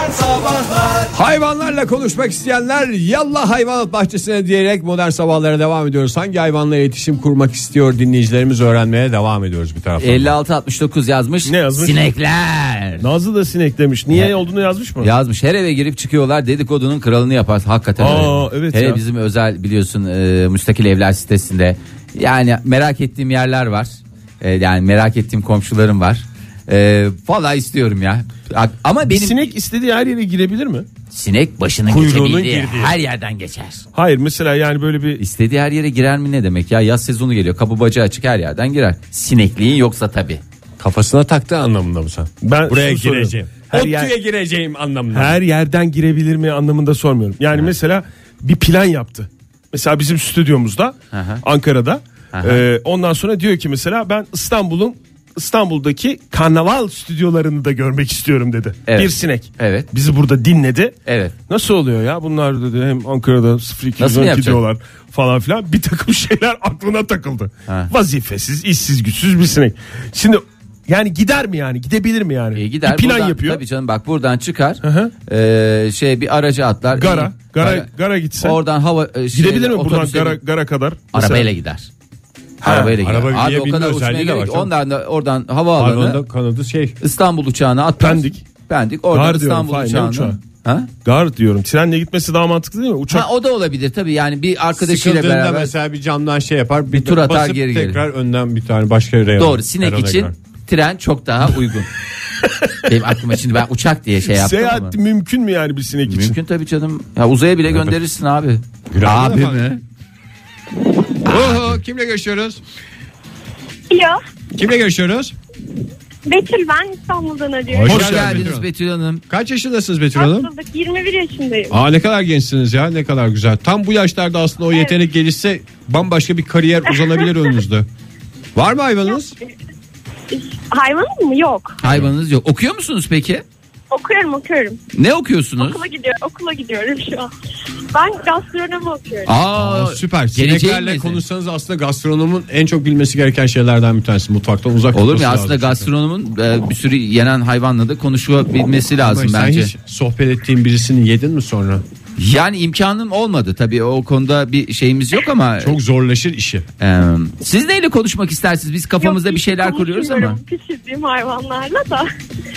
Hayvanlarla konuşmak isteyenler yallah hayvanat bahçesine diyerek modern sabahlara devam ediyoruz. Hangi hayvanla iletişim kurmak istiyor dinleyicilerimiz öğrenmeye devam ediyoruz bir taraftan. 5669 yazmış. Ne yazmış? Sinekler. Nazlı da sinek demiş. Niye olduğunu yazmış mı? Yazmış. Her eve girip çıkıyorlar, dedikodunun kralını yapar. Hakikaten öyle. Evet Hele ya. bizim özel biliyorsun müstakil evler sitesinde. Yani merak ettiğim yerler var. Yani merak ettiğim komşularım var. Vallahi istiyorum ya. Ama benim Sinek istediği her yere girebilir mi? sinek başının Kuyruğunun geçebildiği girdiği. her yerden geçer. Hayır, mesela yani böyle bir İstediği her yere girer mi ne demek ya? Yaz sezonu geliyor. Kapı bacağı açık, her yerden girer. Sinekliğin yoksa tabii. Kafasına taktı anlamında mı sen? ben Buraya şunu soruyorum. gireceğim. Her, Ottu'ya gireceğim anlamında. her yerden girebilir mi anlamında sormuyorum. Yani mesela bir plan yaptı. Mesela bizim stüdyomuzda Aha. Ankara'da. Aha. Ondan sonra diyor ki mesela ben İstanbul'daki karnaval stüdyolarını da görmek istiyorum dedi. Evet. Bir sinek. Evet. Bizi burada dinledi. Evet. Nasıl oluyor ya bunlar dedi, hem Ankara'da 0212 yapacak? diyorlar falan filan, bir takım şeyler aklına takıldı. Ha. Vazifesiz, işsiz, güçsüz bir sinek. Şimdi yani gider mi yani, gidebilir mi yani? Gider bir plan buradan, yapıyor. Tabii canım, bak buradan çıkar. hı. Bir araca atlar. Gara gitsen. Oradan hava Gidebilir mi buradan otobüse Gara kadar? Mesela. arabayla gider. Arabayla gider. araba Abi o gidebilme kadar uçmaya özelliği de gerek var yok. canım. Ondan da oradan havaalanı Hayvanın kanadı İstanbul uçağına atlar. Pendik. Oradan Gar diyorum, İstanbul Fahir, ne uçağı? uçağına. Ha? Gar diyorum. Trenle gitmesi daha mantıklı değil mi? Uçak. Ha, o da olabilir tabii, yani bir arkadaşıyla sıkıldığında beraber. mesela bir camdan şey yapar. Bir tur atar, basıp geri tekrar önden bir tane başka reyon. Doğru, sinek reyona için girer. tren çok daha uygun. Benim aklıma şimdi, ben uçak diye şey yaptım ama. Seyahat mümkün mü yani bir sinek için? Mümkün tabii canım. Ya uzaya bile gönderirsin abi. Günaydın Abi efendim. mi? Oho, kimle görüşüyoruz? Alo, Kimle görüşüyoruz? Betül, ben İstanbul'dan arıyorum. Hoş Hoş geldiniz geldiniz Betül Hanım. Kaç yaşındasınız Betül Hanım? Hastalık, 21 yaşındayım. Aa, ne kadar gençsiniz ya, ne kadar güzel. Tam bu yaşlarda aslında o yetenek gelişse bambaşka bir kariyer uzanabilir önünüzde. Var mı hayvanınız? Hayvanım mı? Yok. Hayvanınız yok. Okuyor musunuz peki? Okuyorum. Ne okuyorsunuz? Okula gidiyorum şu an. Ben gastronomi okuyorum. Aa, Süper. geleceğin Sineklerle nesi? konuşsanız aslında gastronomun en çok bilmesi gereken şeylerden bir tanesi. Mutfaktan uzak Olur mu tutması ya? Aslında lazım. gastronomun bir sürü yenen hayvanla da konuşabilmesi lazım Ama sen bence. hiç sohbet ettiğin birisini yedin mi sonra? Yani imkanım olmadı tabii, o konuda bir şeyimiz yok ama. Çok zorlaşır işi. Siz neyle konuşmak istersiniz? Biz kafamızda Yok, bir şeyler hiç kuruyoruz ama. konuşmuyorum pişirdiğim hayvanlarla da.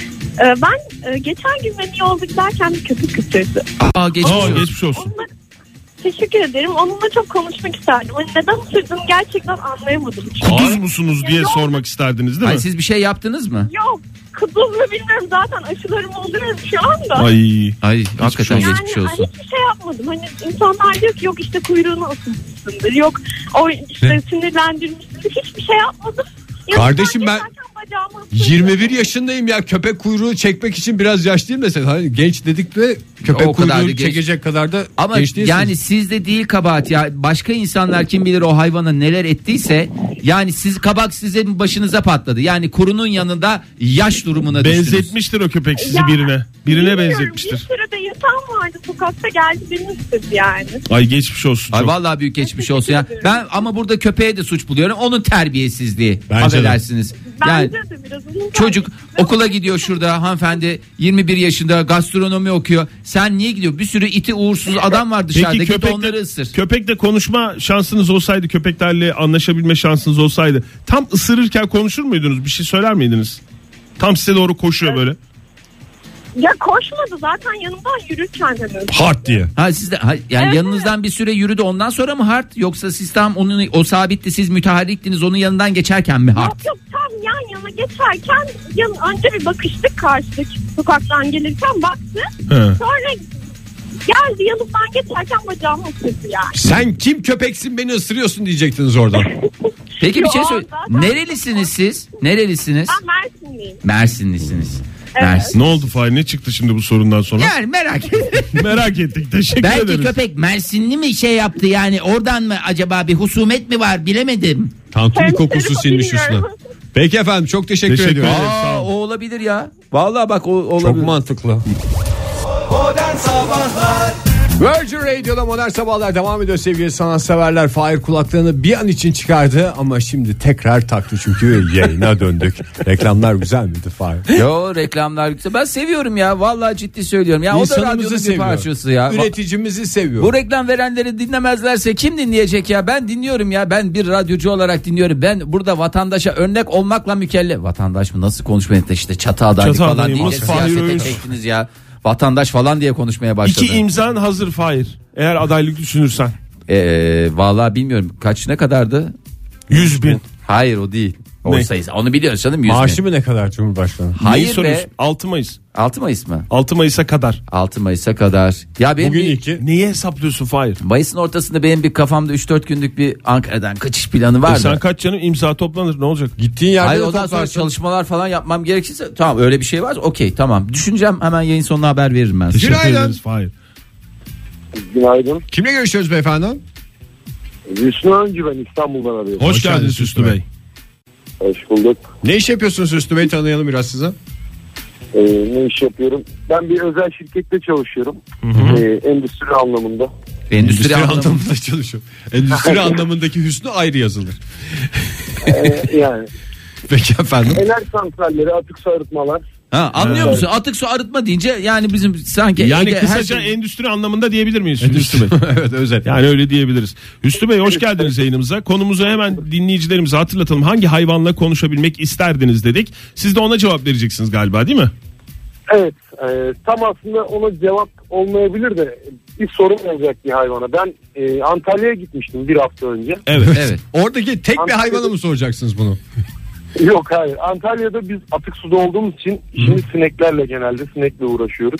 Ben geçen gün beni yolda giderken bir köpek ısırdı. Geçmiş olsun. Onunla, teşekkür ederim. Onunla çok konuşmak isterdim. Hani neden ısırdığını gerçekten anlayamadım. Kuduz musunuz diye Yok. sormak isterdiniz değil Ay, mi? siz bir şey yaptınız mı? Yok. Kuduz mu bilmiyorum, zaten aşılarımı oluyorum şu anda. Ay hakikaten Yani geçmiş olsun. hiçbir şey yapmadım. Hani insanlar diyor ki yok işte kuyruğunu ısırmışsındır. Yok o işte sinirlendirmişsindir. Hiçbir şey yapmadım. Kardeşim, ben Geçerken bacağımı ısırdı. 21 yaşındayım ya, köpek kuyruğu çekmek için biraz yaşlıyım mesela. Hani genç dedik de köpek O kadar da kuyruğu genç. çekecek kadar da Ama genç değilsiniz. yani sizde değil kabahat ya. Başka insanlar kim bilir o hayvana neler ettiyse, yani siz kabak sizin başınıza patladı. Yani kurunun yanında yaş durumuna düştünüz. Benzetmiştir o köpek sizi Ya, birine. Birine bilmiyorum, benzetmiştir. Bir sürü de insan vardı sokakta, geldi beni ısırdı yani. Ay geçmiş olsun Ay çok. vallahi büyük geçmiş Teşekkür olsun ya. ederim. Ben ama burada köpeğe de suç buluyorum. Onun terbiyesizliği. Bence de. Affedersiniz. Yani Bence de biraz onun çocuk kaybı. okula gidiyor şurada, hanımefendi 21 yaşında gastronomi okuyor. Sen niye gidiyor? Bir sürü iti uğursuz adam var dışarıda. Git onları ısır. köpekle konuşma şansınız olsaydı, köpeklerle anlaşabilme şansınız olsaydı, tam ısırırken konuşur muydunuz? Bir şey söyler miydiniz? Tam size doğru koşuyor böyle. Ya koşmadı zaten, yanımdan yürürken hemen. Hard diye. Ha siz de yani Evet. yanınızdan bir süre yürüdü, ondan sonra mı hard, yoksa siz tam onun o sabitti, siz müteharriktiniz, onun yanından geçerken mi hard? Yok tam yan yana geçerken önce bir bakıştık, karşıdaki sokaktan gelirken baktı. He. Sonra geldi yanımdan geçerken bacağımı ısırdı yani. Sen kim köpeksin beni ısırıyorsun diyecektiniz oradan. Peki bir Yo, şey söyle. zaten- Nerelisiniz siz? Nerelisiniz? Ben Mersinliyim. Mersinlisiniz. Evet. Mersin. Ne oldu Fahir? Ne çıktı şimdi bu sorundan sonra? Yani merak ettim. Merak ettik. Teşekkür Belki ederiz. köpek Mersinli mi şey yaptı, yani oradan mı acaba bir husumet mi var, bilemedim. Tantuni Hem kokusu seni sinmiş bilmiyorum. üstüne. Peki efendim, çok teşekkür Teşekkür ediyorum. ederim. Sağ Aa, ol. o olabilir ya. Vallahi bak o olabilir. Çok mantıklı. Modern Sabahlar Virgin Radio'da Modern Sabahlar devam ediyor sevgili sanatseverler. Fahir kulaklarını bir an için çıkardı ama şimdi tekrar taktı çünkü yayına döndük. Reklamlar güzel miydi Fahir? Yo, reklamlar güzel. Ben seviyorum ya, vallahi ciddi söylüyorum ya. O da radyonun bir parçası ya. Üreticimizi seviyor. Bu reklam verenleri dinlemezlerse kim dinleyecek ya? Ben dinliyorum ya. Ben bir radyocu olarak dinliyorum. Ben burada vatandaşa örnek olmakla mükellef. Vatandaş mı? Nasıl konuşmayın işte çatı adaylık Çatı falan adayı, diye siyasete çektiniz ya. Vatandaş falan diye konuşmaya başladı. 2 imzan hazır Fahir. Eğer adaylık düşünürsen. Vallahi bilmiyorum. Ne kadardı? 100.000. Hayır, o değil. O Ne? sayısı. Onu biliyoruz canım. 100 Maaşı mı ne kadar Cumhurbaşkanı? Neyi Hayır be. soruyorsun? 6 Mayıs. 6 Mayıs mı? 6 Mayıs'a kadar. 6 Mayıs'a kadar. Ya benim Bugün bir, 2. Neyi hesaplıyorsun Fahir? Mayıs'ın ortasında benim bir kafamda 3-4 günlük bir Ankara'dan kaçış planı vardı. Sen kaç canım imza toplanır ne olacak? Gittiğin yerde Hayır, de ondan sonra toplarsın. çalışmalar falan yapmam gerekirse tamam, öyle bir şey var. Okey, tamam. Düşüneceğim, hemen yayın sonuna haber veririm ben size. Günaydın. Teşekkür ederiz Fahir. Günaydın. Kimle görüşüyoruz beyefendi? Hüsnü Öncü, ben İstanbul'dan arıyorum. Hoş geldiniz Hüsnü Bey. Hoş bulduk. Ne iş yapıyorsunuz Hüsnü Bey, tanıyalım biraz size. Ne iş yapıyorum? Ben bir özel şirkette çalışıyorum. Endüstri anlamında. Endüstri anlamında. anlamında çalışıyor. Endüstri anlamındaki Hüsnü ayrı yazılır. Yani Peki efendim. enerji santralleri, atık su arıtmalar. Ha, anlıyor musun? Atık su arıtma deyince yani bizim sanki Yani Ege, kısaca her şey... endüstri anlamında diyebilir miyiz Hüsnü Bey? Evet, özet. Yani öyle diyebiliriz. Hüsnü Bey hoş geldiniz yayınımıza. Konumuzu hemen dinleyicilerimize hatırlatalım. Hangi hayvanla konuşabilmek isterdiniz dedik. Siz de ona cevap vereceksiniz galiba, değil mi? Evet. Tam aslında ona cevap olmayabilir de bir sorum olacak bir hayvana. Ben Antalya'ya gitmiştim bir hafta önce. Evet. Evet. Oradaki tek bir hayvana mı soracaksınız bunu? Yok, hayır. Antalya'da biz atık suda olduğumuz için şimdi sineklerle, genelde sinekle uğraşıyoruz.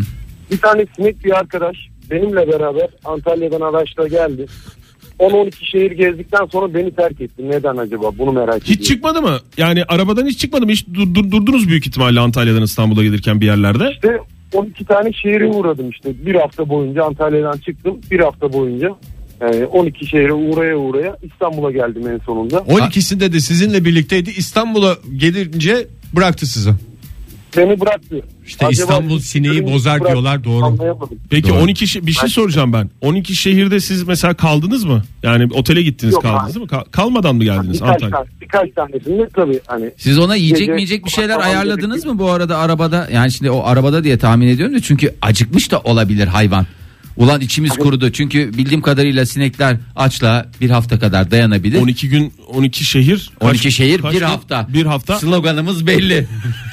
Bir tane sinek bir arkadaş benimle beraber Antalya'dan araçla geldi. 10-12 şehir gezdikten sonra beni terk etti. Neden acaba? Bunu merak ediyorum. Hiç çıkmadı mı? Yani arabadan hiç çıkmadı mı? Hiç durdunuz büyük ihtimalle Antalya'dan İstanbul'a gelirken bir yerlerde. İşte 12 tane şehre uğradım işte. Bir hafta boyunca Antalya'dan çıktım. Bir hafta boyunca 12 şehre uğraya İstanbul'a geldim en sonunda. 12'sinde de sizinle birlikteydi. İstanbul'a gelince bıraktı sizi. Beni bıraktı. İşte İstanbul sineği bozar diyorlar, doğru. Anlayamadım. Peki Doğru. 12 bir şey soracağım ben. 12 şehirde siz mesela kaldınız mı? Yani otele gittiniz, Yok, kaldınız değil mi? Kalmadan mı geldiniz Antalya? Birkaç tanesinde tabii hani. Siz ona yiyecek Gece- mi yiyecek bir şeyler Tamam, ayarladınız mı bu arada arabada? Yani şimdi o arabada diye tahmin ediyorum da, çünkü acıkmış da olabilir hayvan. Ulan içimiz kurudu çünkü bildiğim kadarıyla sinekler açla bir hafta kadar dayanabilir. 12 gün 12 şehir. 12 şehir kaç bir gün? hafta. Bir hafta. Sloganımız belli.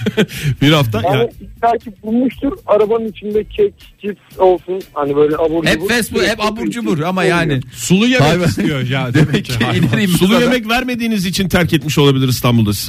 Bir hafta. Yani Yani belki bulmuştur arabanın içinde kek, cips olsun hani böyle abur Hep cubur. fast food, hep abur cubur ama Oluyor. yani. Sulu yemek Hayvan. istiyor ya. Demek ki inerim sulu burada. yemek vermediğiniz için terk etmiş olabilir İstanbul'da size.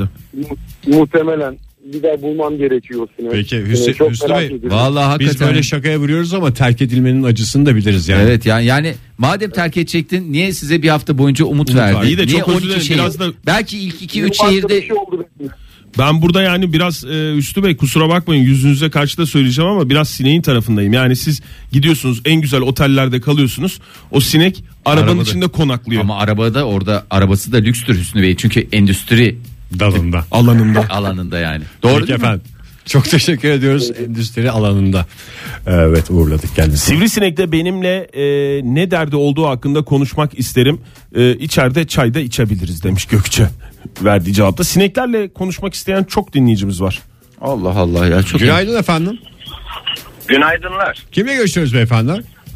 Muhtemelen bir daha bulmam gerekiyor. Peki Çok Hüsnü merak Bey, ediyorum. Vallahi biz hakikaten. böyle şakaya vuruyoruz ama terk edilmenin acısını da biliriz yani. Evet yani madem terk edecektin niye size bir hafta boyunca umut verdi? var. İyi de Niye çok özür 12 dilerim, şehir? biraz da- Belki ilk 2-3 Benim başka şehirde bir şey oldu benim. Ben burada yani biraz Hüsnü Bey kusura bakmayın, yüzünüze karşı da söyleyeceğim ama biraz sineğin tarafındayım. Yani siz gidiyorsunuz en güzel otellerde kalıyorsunuz. O sinek arabanın Arabada. içinde konaklıyor. ama arabada orada arabası da lükstür Hüsnü Bey. Çünkü endüstri Dalında. Alanında. alanında yani. Doğru Peki değil mi? efendim. Çok teşekkür ediyoruz endüstri alanında. Evet, uğurladık kendisini. Sivrisinek de benimle ne derdi olduğu hakkında konuşmak isterim. İçeride çay da içebiliriz demiş Gökçe. Verdiği cevapta. Sineklerle konuşmak isteyen çok dinleyicimiz var. Allah Allah ya, çok Günaydın efendim. Günaydınlar. Kimle görüşüyoruz beyefendi?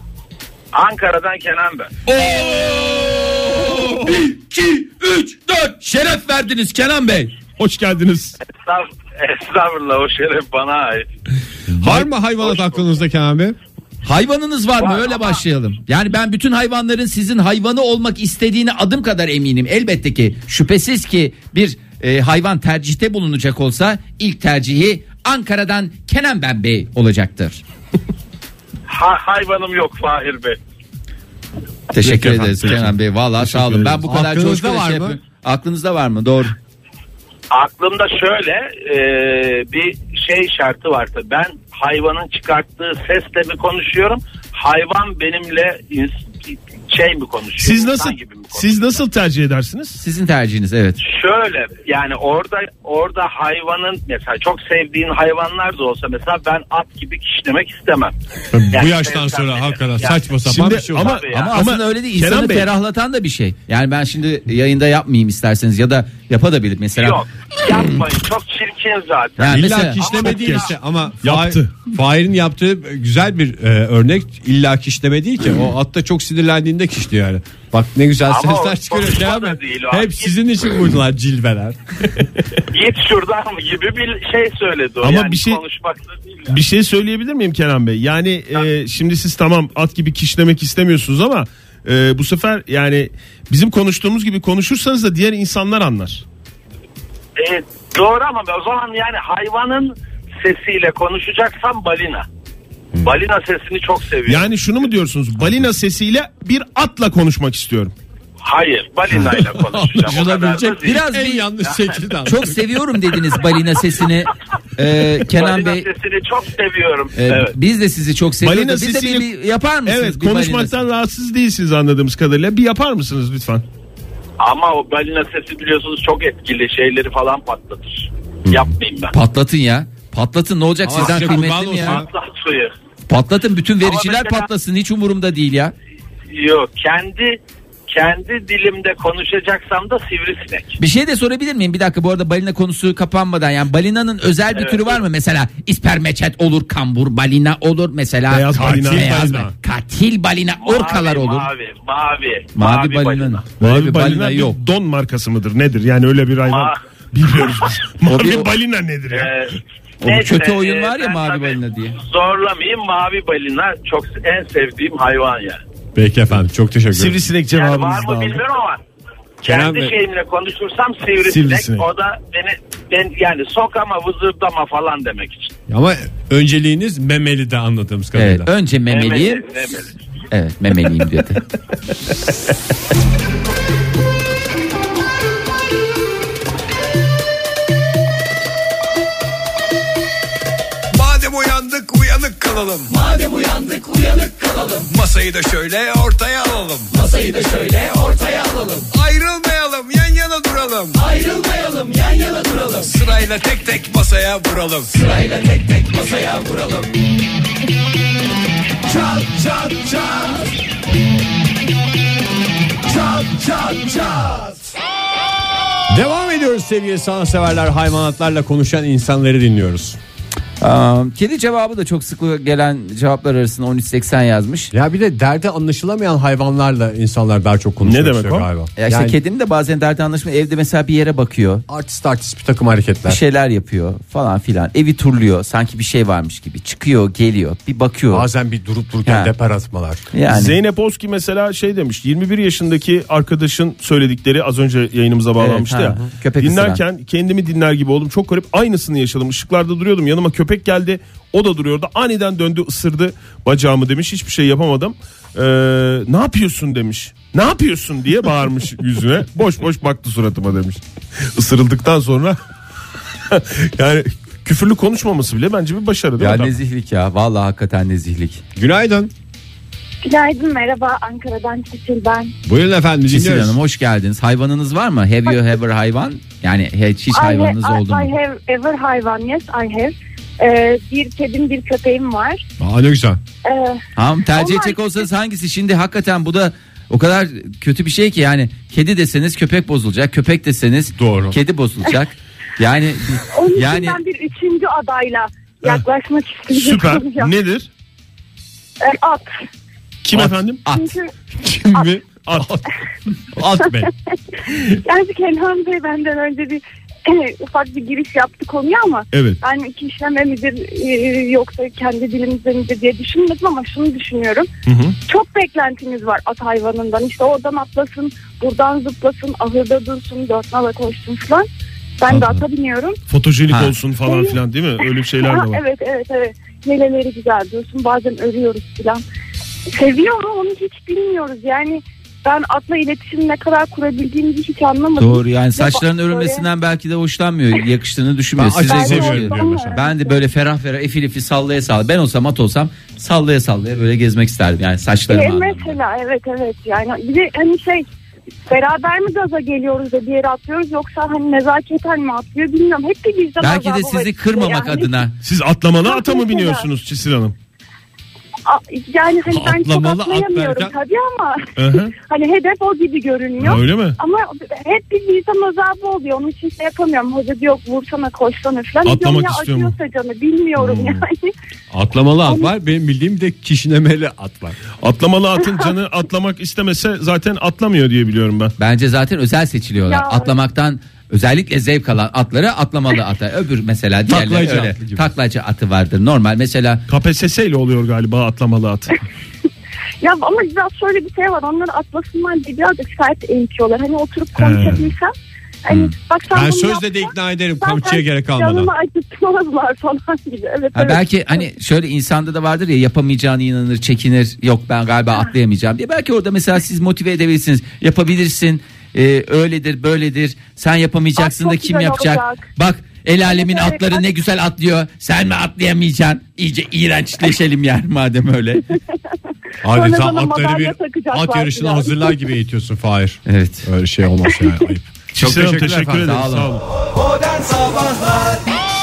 Ankara'dan Kenan ben. 2, 3, 4 şeref verdiniz Kenan Bey. Hoş geldiniz. Estağfurullah, o şeref bana ait. Var mı hayvanat aklınızda Kenan Bey? Hayvanınız var mı? Var Öyle ama- başlayalım. Yani ben bütün hayvanların sizin hayvanı olmak istediğine adım kadar eminim. Elbette ki şüphesiz ki bir hayvan tercihte bulunacak olsa ilk tercihi Ankara'dan Kenan Ben Bey olacaktır. Hayvanım yok Fahir Bey. Teşekkür Peki ederiz efendim, Kenan Bey. Vallahi sağ olun. Ben bu kadar Aklınızda coşkuyla var mı? yapıyorum. Aklınızda var mı? Doğru. Aklımda şöyle bir şey şartı vardı. Ben hayvanın çıkarttığı sesle mi konuşuyorum? Hayvan benimle şey mi konuşuyor? Siz insan nasıl gibi mi konuşuyor? siz nasıl tercih edersiniz? Sizin tercihiniz, evet. Şöyle yani orada hayvanın mesela çok sevdiğin hayvanlar da olsa mesela ben at gibi kişnemek istemem. Bu yaştan sonra hakikaten saçma sapan Şimdi bir şey oldu. ama, Tabii ya. Ama aslında öyle değil. Kenan İnsanı Bey, ferahlatan da bir şey. Yani ben şimdi yayında yapmayayım isterseniz ya da yapabilir mesela. Yok yapmayın çok çirkin zaten. Yani İlla mesela kişneme Çok değil geç. işte ama Yaptı. Fahir'in yaptığı güzel bir örnek, illa kişneme değil ki. O at da çok sinirlendiğinde kişti yani. Bak ne güzel Ama sesler o çıkıyor. konuşma Devam da et. değil o. Hep sizin için vurdular cilveler. Git şuradan mı gibi bir şey söyledi o. Ama yani bir şey- konuşmakta değil. Yani. bir şey söyleyebilir miyim Kenan Bey? Yani şimdi siz tamam at gibi kişnemek istemiyorsunuz ama bu sefer yani bizim konuştuğumuz gibi konuşursanız da diğer insanlar anlar. Doğru ama o zaman yani hayvanın sesiyle konuşacaksam balina. Balina sesini çok seviyorum. Yani şunu mu diyorsunuz? Balina sesiyle bir atla konuşmak istiyorum. Hayır balinayla konuşacağım. O kadar da Anlaşılabilecek değil. Biraz en bir- yanlış şekilde. Çok seviyorum dediniz balina sesini. Kenan Balina Bey. sesini çok seviyorum. Evet. Biz de sizi çok seviyoruz. Balina Biz de sesiyle- bir yapar mısınız? Evet, bir balina konuşmaktan sesi? rahatsız değilsiniz anladığımız kadarıyla. Bir yapar mısınız lütfen? Ama o balina sesi biliyorsunuz çok etkili şeyleri falan patlatır. Yapmayayım ben. Patlatın ya. Patlatın, ne olacak Ama sizden size kurban kıymetli mi ya? olsun. Patlat suyu. Patlatın, bütün vericiler mesela- patlasın, hiç umurumda değil ya. Yok kendi dilimde konuşacaksam da sivrisinek. Bir şey de sorabilir miyim? Bir dakika, bu arada balina konusu kapanmadan, yani balinanın özel bir türü var mı? Mesela ispermeçet olur, kambur balina olur mesela. Beyaz balina. Beyaz balina. katil balina, orkalar olur. Mavi balinanın. Mavi Öyle bir balina bir yok. don markası mıdır nedir? Yani öyle bir hayvan Ma- bilmiyoruz biz. Mavi bir- balina nedir ya? O kötü oyun var ya, ben mavi tabii balina diye. Zorlamayayım, mavi balina çok en sevdiğim hayvan ya. Peki efendim, çok teşekkür ederim. Sivrisinek Yani var cevabınızı da mı aldık. bilmiyorum ama Kenan kendi Bey. şeyimle konuşursam sivrisinek. Sivrisinek. O da ben yani sokama vızırdama falan demek için. Ama önceliğiniz memeli de anladığımız kadarıyla. Evet, önce memeliyim. Memeli. Evet, memeliyim dedi. Madem uyanık kalalım. Masayı da şöyle ortaya alalım. Ayrılmayalım, yan yana duralım. Sırayla tek tek masaya vuralım. Çat çat çat. Devam ediyoruz sevgili sanatseverler, hayvanatlarla konuşan insanları dinliyoruz. Kedi cevabı da çok sık gelen cevaplar arasında 1380 yazmış. Ya bir de derdi anlaşılamayan hayvanlarla insanlar daha çok konuşmak Ne demek istiyor o? galiba. Ya işte Yani kedinin de bazen derdi anlaşılmıyor. Evde mesela bir yere bakıyor, artist bir takım hareketler. bir şeyler yapıyor falan filan. Evi turluyor, sanki bir şey varmış gibi. Çıkıyor, geliyor, bir bakıyor. Bazen bir durup dururken Ha. depar atmalar. Yani Zeynep Oski mesela şey demiş, 21 yaşındaki arkadaşın söyledikleri az önce yayınımıza bağlanmıştı Evet, ya. ha, köpek Dinlerken kendimi dinler gibi oldum, çok garip, aynısını yaşadım. Işıklarda duruyordum, yanıma köpek geldi, o da duruyordu, aniden döndü, ısırdı bacağımı demiş, hiçbir şey yapamadım. Ne yapıyorsun demiş, ne yapıyorsun diye bağırmış yüzüne, boş boş baktı suratıma demiş. Isırıldıktan sonra yani küfürlü konuşmaması bile bence bir başarı değil ya mi? nezihlik ya, vallahi hakikaten nezihlik. Günaydın. Günaydın, merhaba, Ankara'dan Çisil ben. Buyurun efendim, Çisil dinliyoruz. Hanım, hoş geldiniz. Hayvanınız var mı? Have you ever hayvan? Yani hiç hayvanınız oldu mu? I have ever hayvan, yes I have. Bir kedim, bir köpeğim var. Aa, ne güzel. Tamam, tercih Onlar- edecek olsanız hangisi? Şimdi hakikaten bu da o kadar kötü bir şey ki, yani kedi deseniz köpek bozulacak, köpek deseniz Doğru. kedi bozulacak. Yani Onun için yani ben bir üçüncü adayla yaklaşmak istiyorum. Süper, nedir? At. Kim efendim? at. Çünkü Kim mi? At Bey. gerçi Kenan Bey benden önce bir ufak bir giriş yaptı konuya ama Evet. ben kişneme midir yoksa kendi dilimizde midir diye düşünmedim ama şunu düşünüyorum. Çok beklentimiz var at hayvanından. İşte oradan atlasın, buradan zıplasın, ahırda dursun, dört nala koşsun falan. Ben de ata biniyorum. Fotojenik Ha. olsun falan filan değil mi? Öyle şeyler de var. Evet. Yeleleri güzel dursun. Bazen örüyoruz falan. Seviyor mu onu hiç bilmiyoruz. Yani ben atla iletişim ne kadar kurabildiğimizi hiç anlamadım. Doğru, yani saçların Ve örülmesinden belki de hoşlanmıyor. Yakıştığını düşünmüyor. Ben Size acayip hoş seviyorum geliyor. diyor mesela. Ben de böyle ferah ferah efil efil sallaya sallaya. Ben olsam at olsam sallaya sallaya böyle gezmek isterdim. Yani saçlarımı anlamında. mesela evet yani bir de hani beraber mi gaza geliyoruz da bir yere atlıyoruz yoksa hani nezaketen mi atlıyor bilmiyorum. Hep bir vicdan Belki de azabı var sizi işte kırmamak yani. adına. Siz atlamalı ata mı Mesela. biniyorsunuz Çisil Hanım? Yani hani ben çok Atlamalı at atlayamıyorum derken- tabii ama Hı-hı. hani hedef o gibi görünüyor. Öyle mi? Ama hep bir vicdan azabı oluyor. Onun için yapamıyorum. Hoca diyor vursana koşsana falan. Atlamak Diyorum ya istiyor mu? acıyorsa canı bilmiyorum yani. Atlamalı at var. Benim bildiğim de kişinemeli at var. Atlamalı atın canı atlamak istemese zaten atlamıyor diye biliyorum ben. Bence zaten özel seçiliyorlar. Ya. Atlamaktan özellikle zevk alan atları atlamalı ata. Öbür mesela diğerleri Taklacı öyle. atı gibi. Taklacı atı vardır. Normal mesela KPSS ile oluyor galiba atlamalı at. Ya ama biraz şöyle bir şey var. Onları atlasınlar diye birazcık sert eğitiyorlar. Hani oturup konuşabilsem. Hani bak sen Ben bunu sözle yapma, de ikna ederim zaten koçya gerek kalmadan. Canımı acıtmazlar falan gibi. Evet, ha, evet. belki hani şöyle insanda da vardır ya, yapamayacağına inanır, çekinir. Yok ben galiba atlayamayacağım diye. Belki orada mesela siz motive edebilirsiniz. Yapabilirsin. Öyledir böyledir. Sen yapamayacaksın Ay, da çok kim güzel yapacak? olacak. Bak el alemin Evet, atları evet. ne güzel atlıyor. Sen mi atlayamayacaksın? İyice iğrençleşelim yani madem öyle. Adeta Sonra bana atları madalya bir takacaklar at yarışına biraz. hazırlar gibi eğitiyorsun Fahir. Evet. Öyle şey olmaz yani ayıp. Çok Çisil Hanım, teşekkürler teşekkür efendim. ederim. Sağ olun. Sağ olun. Modern Sabahlar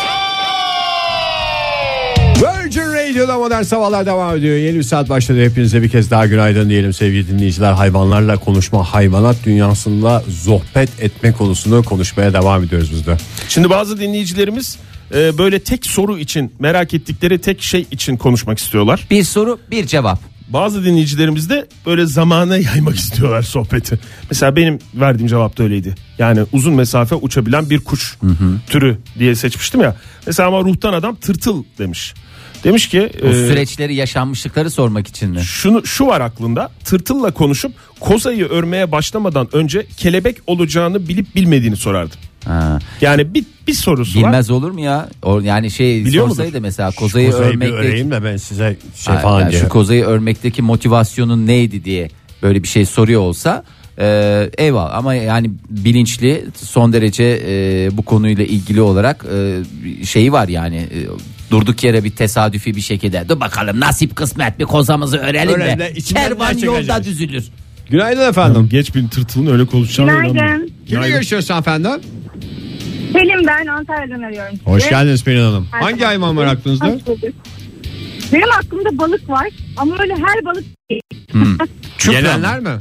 Virgin Radio'da Modern Sabahlar devam ediyor. Yeni bir saat başladı. Hepinize bir kez daha günaydın diyelim sevgili dinleyiciler. Hayvanlarla konuşma, hayvanat dünyasında sohbet etme konusunu konuşmaya devam ediyoruz biz de. Şimdi bazı dinleyicilerimiz böyle tek soru için, merak ettikleri tek şey için konuşmak istiyorlar. Bir soru bir cevap. Bazı dinleyicilerimiz de böyle zamana yaymak istiyorlar sohbeti. Mesela benim verdiğim cevap da öyleydi. Yani uzun mesafe uçabilen bir kuş türü diye seçmiştim ya. Mesela ama ruhtan adam tırtıl demiş. Demiş ki O süreçleri, yaşanmışlıkları sormak için mi? şu var aklında, tırtılla konuşup kozayı örmeye başlamadan önce kelebek olacağını bilip bilmediğini sorardım. Ha. Yani bir sorusu var. Bilmez olur mu ya? Yani Biliyor sorsaydı mudur? mesela kozayı Kozayı bir örmekteki öreyim de ben size şey Ha, falan yani diye. şu kozayı örmekteki motivasyonun neydi diye böyle bir şey soruyor olsa eyvallah, ama yani bilinçli son derece bu konuyla ilgili olarak şeyi var yani, durduk yere bir tesadüfi bir şekilde dur bakalım nasip kısmet bir kozamızı örelim Örelim de de içinden kervan ne yolda çıkacak? düzülür. Günaydın efendim. Geç bir tırtılın öyle konuşacağını Günaydın. inanmıyorum. Kimle görüşüyoruz efendim? Pelin ben Antalya'dan arıyorum. Hoş sizi. geldiniz Pelin Hanım. Her Hangi zaman. hayvan var aklınızda? Hoş bulduk. Benim aklımda balık var ama öyle her balık değil. Gelenler mi?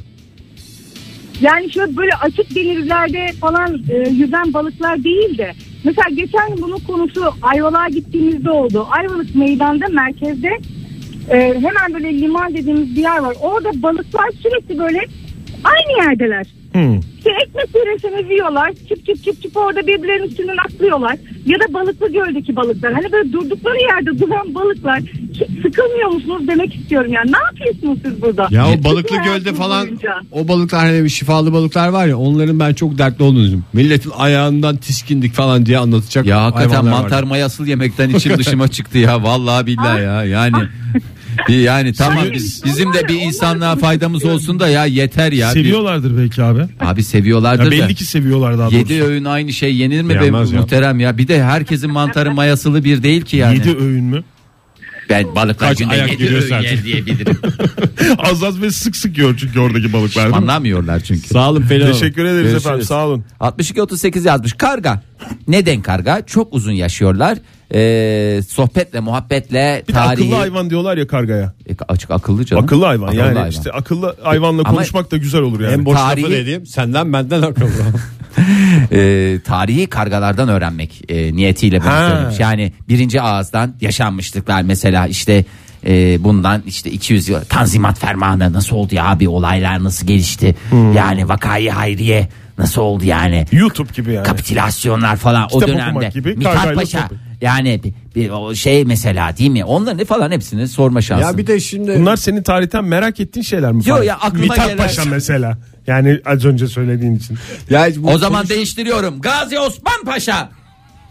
Yani şöyle böyle açık denizlerde falan yüzen balıklar değil de. Mesela geçen gün bunun konusu Ayvalık'a gittiğimizde oldu. Ayvalık meydanda merkezde hemen böyle liman dediğimiz bir yer var. Orada balıklar sürekli böyle aynı yerdeler. İşte ekmek yöresini yiyorlar. Çıp çıp çıp çıp orada birbirlerinin üstünden atlıyorlar. Ya da Balıklı Göl'deki balıklar. Hani böyle durdukları yerde duran balıklar. Hiç sıkılmıyor musunuz demek istiyorum yani. Ne yapıyorsunuz siz burada? Ya o Balıklı Bütün Göl'de hayatınız falan boyunca. o balıklar hani bir şifalı balıklar var ya, onların ben çok dertli olduğunu düşünüyorum. Milletin ayağından tiskindik falan diye anlatacak. Ya hakikaten hayvanlar mantar var. mayasıl yemekten içim dışıma çıktı ya, vallahi billahi ya yani. Yani tamam bizim de bir insanlığa faydamız olsun da ya yeter ya. Seviyorlardır belki abi. Abi seviyorlardır Ya da. belli ki seviyorlar daha doğrusu. 7 öğün aynı şey yenir mi be Yenmez ya. muhterem ya? Bir de herkesin mantarı mayasılı bir değil ki yani. 7 öğün mü? Ben balıklar Kaç günde ayak 7 giriyorsa öğün yer artık. diyebilirim. Az ve sık sık yiyor çünkü oradaki balıklar. değil mi? Anlamıyorlar çünkü. Sağ olun Pelin Hanım. Teşekkür ederiz Görüşürüz. efendim, sağ olun. 62-38 yazmış. Karga. Neden karga? Çok uzun yaşıyorlar. Sohbetle muhabbetle Bir de tarihi. akıllı hayvan diyorlar ya kargaya. Açık akıllı canım. Akıllı hayvan Akıllı yani hayvan. işte akıllı hayvanla Ama- konuşmak da güzel olur yani. En boş Tarihi- lafı dediğim senden benden akıllı. Tarihi kargalardan öğrenmek niyetiyle bunu Ha. söylemiş. Yani birinci ağızdan yaşanmışlıklar mesela işte bundan işte 200 yıl Tanzimat Fermanı nasıl oldu ya abi, olaylar nasıl gelişti, yani vakayı hayriye nasıl oldu yani, YouTube gibi yani. kapitülasyonlar falan Kitap o dönemde okumak gibi, Mithat kargayla Paşa sohbet. yani bir o şey mesela değil mi, onların falan hepsini sorma şansın. Ya bir de şimdi Bunlar senin tarihten merak ettiğin şeyler mi? Yo Fahir? ya, aklıma Mithat gelen- Paşa mesela. Yani az önce söylediğin için. ya bu O zaman konuş- değiştiriyorum, Gazi Osman Paşa.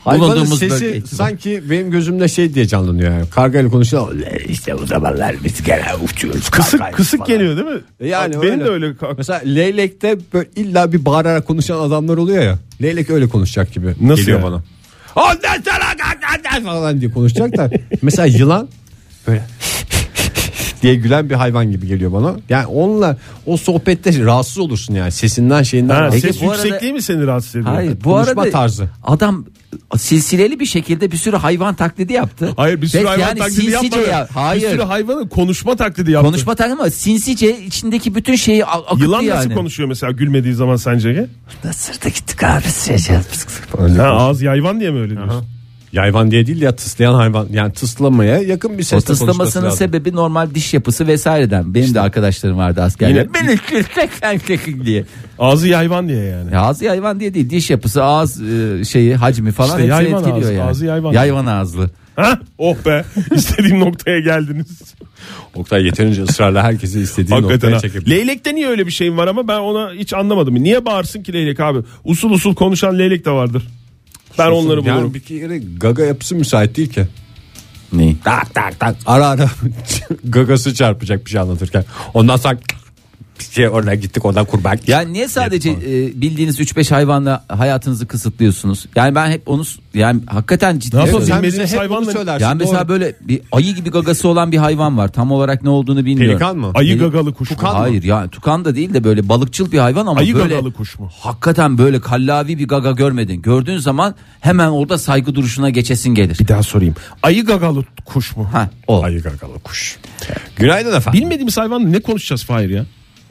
Hayvanın bulunduğumuz sesi bölge. sanki benim gözümde şey diye canlanıyor yani. Kargayla konuşuyor. İşte o zamanlar biz gene uçuyoruz. Kısık falan. geliyor değil mi? Yani benim de öyle. Mesela leylekte böyle illa bir bağırarak konuşan adamlar oluyor ya. Leylek öyle konuşacak gibi Nasıl geliyor yani? bana. Ondan sonra falan diye konuşacak da. Mesela yılan böyle diye gülen bir hayvan gibi geliyor bana. Yani onunla o sohbette rahatsız olursun yani sesinden şeyinden. Ha, rahatsız. ses bu arada- yüksekliği mi seni rahatsız ediyor? Hayır bu Konuşma arada tarzı. adam silsileli bir şekilde bir sürü hayvan taklidi yaptı. Hayır bir sürü Ve hayvan yani taklidi sinsice yapmadı. ya. Hayır. Bir sürü hayvanın konuşma taklidi yaptı. Konuşma taklidi ama sinsice içindeki bütün şeyi akıttı Yılan yani. nasıl konuşuyor mesela gülmediği zaman sence? Sırta gittik abi. Ha, ağız yayvan diye mi öyle diyorsun? Yayvan diye değil ya tıslayan hayvan. Yani tıslamaya yakın bir O sesle konuşması tıslamasının lazım. sebebi normal diş yapısı vesaireden. Benim de arkadaşlarım vardı askerler. Yine- Beni çeksen diye. Ağzı yayvan diye yani. Ya ağzı hayvan diye değil, diş yapısı, ağız şeyi, hacmi falan İşte hepsi yayvan etkiliyor ağzı, yani. ağzı yayvan. Yayvan ağızlı. Ha? Oh be istediğim noktaya geldiniz. Oktay yeterince ısrarla herkesi istediği Hakikaten noktaya ha. çekebilir. Leylekte niye öyle bir şeyim var ama ben ona hiç anlamadım. Niye bağırsın ki leylek abi? Usul usul konuşan leylek de vardır. Ben onları Yani bulurum. bir kere gaga yapısı müsait değil ki. Ne? Tak tak tak ara ara gagası çarpacak bir şey anlatırken. Ondan sonra bir şey oradan gittik oradan kurban. Yani niye sadece bildiğiniz 3-5 hayvanla hayatınızı kısıtlıyorsunuz? Yani ben hep onu yani hakikaten ciddi Ne yapalım? söylüyorum. Sen bize Bilmediğimiz hep hayvanla- bunu söylersin. Yani mesela doğru. böyle bir ayı gibi gagası olan bir hayvan var. Tam olarak ne olduğunu bilmiyorum. Pelikan mı? Ayı gagalı kuş mu? Tukan mı? Hayır ya tukan da değil de böyle balıkçıl bir hayvan ama Ayı böyle gagalı kuş mu? hakikaten böyle kallavi bir gaga görmedin. Gördüğün zaman hemen orada saygı duruşuna geçesin gelir. Bir daha sorayım. Ayı gagalı kuş mu? Ha o. Ayı gagalı kuş. Günaydın efendim. Bilmediğimiz hayvanla ne konuşacağız Fahir ya?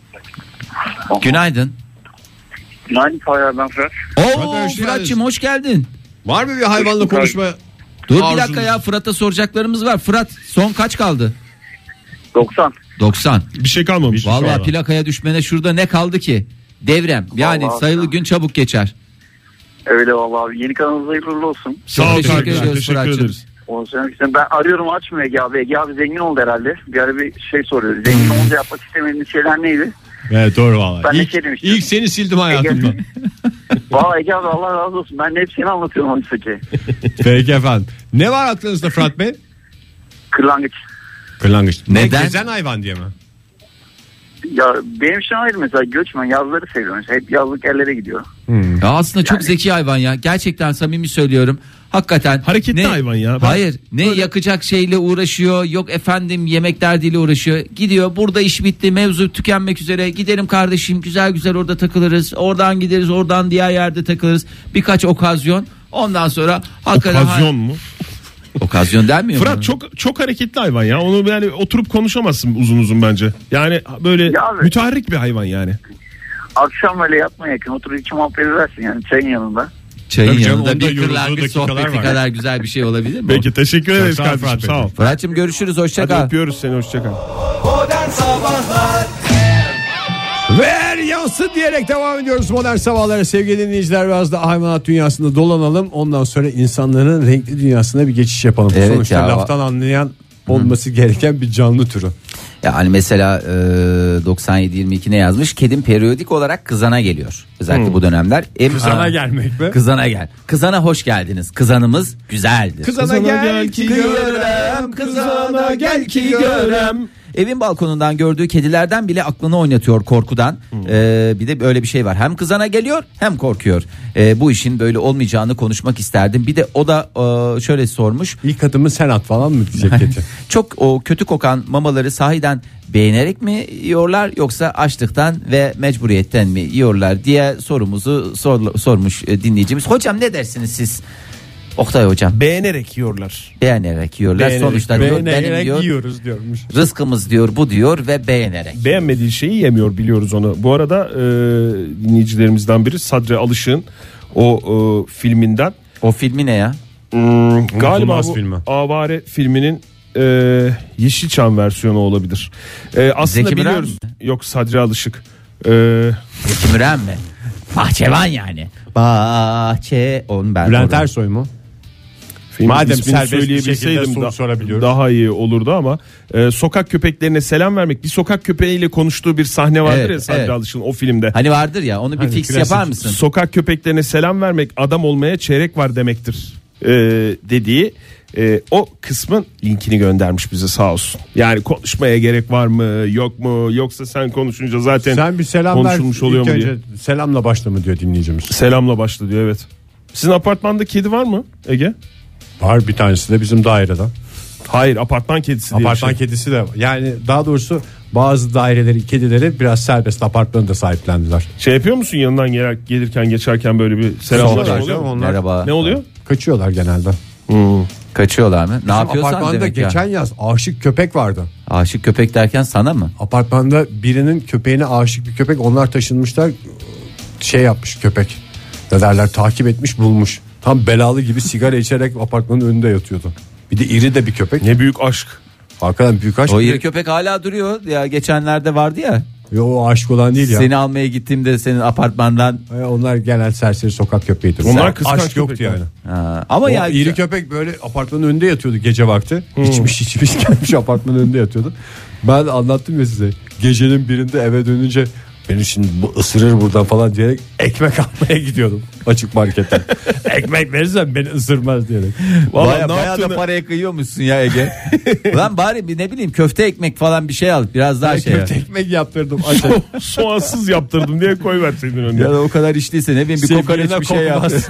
Günaydın. Günaydın Fahir, ben Fırat. Oo hoş Fırat'cığım geldiniz. hoş geldin. Var mı bir hayvanla konuşma? Dur bir Arzunuz. dakika ya, Fırat'a soracaklarımız var. Fırat son kaç kaldı? 90. 90. Bir şey kalmamış. Vallahi plakaya düşmene şurada ne kaldı ki? Devrem. Yani Vallahi sayılı ya. gün çabuk geçer. Öyle vallahi abi. Yeni kanalınız hayırlı olsun. Sağ ol Teşekkür kardeşim. ediyoruz Teşekkür Fırat'cığım. ederiz. Onu söylemek istedim. Ben arıyorum, açmıyor Ege abi. Ege abi zengin oldu herhalde. Bir ara bir şey soruyor. Zengin olunca yapmak istemediğiniz şeyler neydi? Evet doğru valla. Ben de İlk, şey demiştim. ilk seni sildim hayatımdan. Valla Ege abi Allah razı olsun. Ben de hep seni anlatıyorum oysa ki. Peki efendim. Ne var aklınızda Fırat Bey? Kırlangıç. Kırlangıç. Neden? Gezen hayvan diye mi? Ya benim için ayrı mesela göçmen, yazları seviyorum. Mesela hep yazlık yerlere gidiyor. Ya aslında çok zeki hayvan ya. Gerçekten samimi söylüyorum. Hakikaten. Hareketli hayvan ya. Ben- Hayır. Ne yakacak şeyle uğraşıyor. Yok efendim yemek derdiyle uğraşıyor. Gidiyor, burada iş bitti. Mevzu tükenmek üzere. Gidelim kardeşim, güzel güzel orada takılırız. Oradan gideriz, oradan diğer yerde takılırız. Birkaç okazyon. Ondan sonra hakikaten Okazyon mu? okazyon denmiyor mu? Fırat çok hareketli hayvan ya. Onu yani oturup konuşamazsın uzun uzun bence. Yani böyle Ya abi. müteharrik bir hayvan yani. Akşam böyle yatmaya yakın oturup iki muhabbet edersin yani çayın yanında. Çayın Tabii canım, yanında onda bir yorulduğu kırlangıç dakikalar sohbeti var. kadar güzel bir şey olabilir mi? Peki teşekkür ederiz sağ ol kardeşim. Fırat Bey. Sağ ol. Fırat'cığım görüşürüz, hoşça Hadi kal. öpüyoruz seni, hoşça kal. Ver yansın diyerek devam ediyoruz modern sabahlara sevgili dinleyiciler. Biraz da hayvanat dünyasında dolanalım. Ondan sonra insanların renkli dünyasına bir geçiş yapalım. Evet Sonuçta ya. laftan anlayan olması gereken bir canlı türü. Yani mesela 97-22 ne yazmış? Kedim periyodik olarak kızana geliyor. Özellikle bu dönemler. Kızana gelmek mi? Kızana gel. Kızana hoş geldiniz. Kızanımız güzeldir. Kızana gel ki görem, kızana gel ki görem. Evin balkonundan gördüğü kedilerden bile aklını oynatıyor korkudan. Bir de böyle bir şey var. Hem kızana geliyor hem korkuyor. Bu işin böyle olmayacağını konuşmak isterdim. Bir de o da şöyle sormuş. İlk adımı sen at falan mı diyecek kedi? Çok o kötü kokan mamaları sahiden beğenerek mi yiyorlar yoksa açlıktan ve mecburiyetten mi yiyorlar diye sorumuzu sormuş dinleyicimiz. Hocam ne dersiniz siz? Oktay hocam. Beğenerek yiyorlar. Beğenerek yiyorlar. Beğenerek, Sonuçta diyor benim Beğenerek diyor yiyoruz diyormuş. rızkımız diyor bu diyor ve beğenerek. Beğenmediği şeyi yemiyor, biliyoruz onu. Bu arada dinleyicilerimizden biri Sadri Alışık'ın o filminden. O filmi ne ya? Galiba bu filmi. Avare filminin Yeşilçam versiyonu olabilir. Aslında Zeki Müren biliyoruz. Yok, Sadri Alışık. Zeki Müren mi? Bahçevan yani. Bahçe on ben. Bülent doğru. Ersoy mu? Filmin Madem ismini serbest bir şekilde söyleyebilseydim soru sorabiliyorum. daha iyi olurdu ama sokak köpeklerine selam vermek, bir sokak köpeğiyle konuştuğu bir sahne vardır Evet, ya Sadri evet. Alışık'ın o filmde. Hani vardır ya onu bir Hani fix klasik. yapar mısın? Sokak köpeklerine selam vermek adam olmaya çeyrek var demektir dediği o kısmın linkini göndermiş bize sağ olsun. Yani konuşmaya gerek var mı yok mu, yoksa sen konuşunca zaten Sen bir selam ver. konuşulmuş oluyor mu diye. Selamla başla mı diyor dinleyicimiz. Selamla başla diyor, evet. Sizin apartmanda kedi var mı Ege? Var, bir tanesi de bizim daireden. Hayır, apartman kedisi diye Apartman bir şey. kedisi de, yani daha doğrusu bazı daireleri kedileri biraz serbest, apartmanı da sahiplendiler. Şey yapıyor musun yanından gelirken geçerken böyle bir selamlaşma Sonra oluyor mu? onlar Merhaba. Ne oluyor? kaçıyorlar genelde. Kaçıyorlar mı? Ne yapıyorsan Apartmanda demek geçen ya. yaz aşık köpek vardı. Aşık köpek derken sana mı? Apartmanda birinin köpeğine aşık bir köpek, onlar taşınmışlar, şey yapmış köpek. Ne derler, takip etmiş, bulmuş. Tam belalı gibi sigara içerek apartmanın önünde yatıyordu. Bir de iri de bir köpek. Ne büyük aşk. Hakikaten büyük aşk. O iri köpek hala duruyor. Ya geçenlerde vardı ya. Yo, o aşk olan değil ya. Seni almaya gittiğimde senin apartmandan. Onlar genel serseri sokak köpeğiydi. Onlar kıskanç aşk yoktu köpekler. yani. Ha, ama O ya iri köpek böyle apartmanın önünde yatıyordu gece vakti. İçmiş gelmiş apartmanın önünde yatıyordu. Ben anlattım ya size. Gecenin birinde eve dönünce beni şimdi bu ısırır buradan falan diyerek ekmek almaya gidiyordum açık marketten. Ekmek verirsen beni ısırmaz diyerek. Baya ne da yaptığını- paraya kıyıyormuşsun ya Ege. Lan bari bir ne bileyim köfte ekmek falan bir şey al. Biraz daha şey. Köfte ekmek yaptırdım. Açık. Soğansız yaptırdım diye koy verseydin önüne. Ya da o kadar içtiyse ne bileyim bir kokoreç Sevgiline bir şey yap. kokmaz.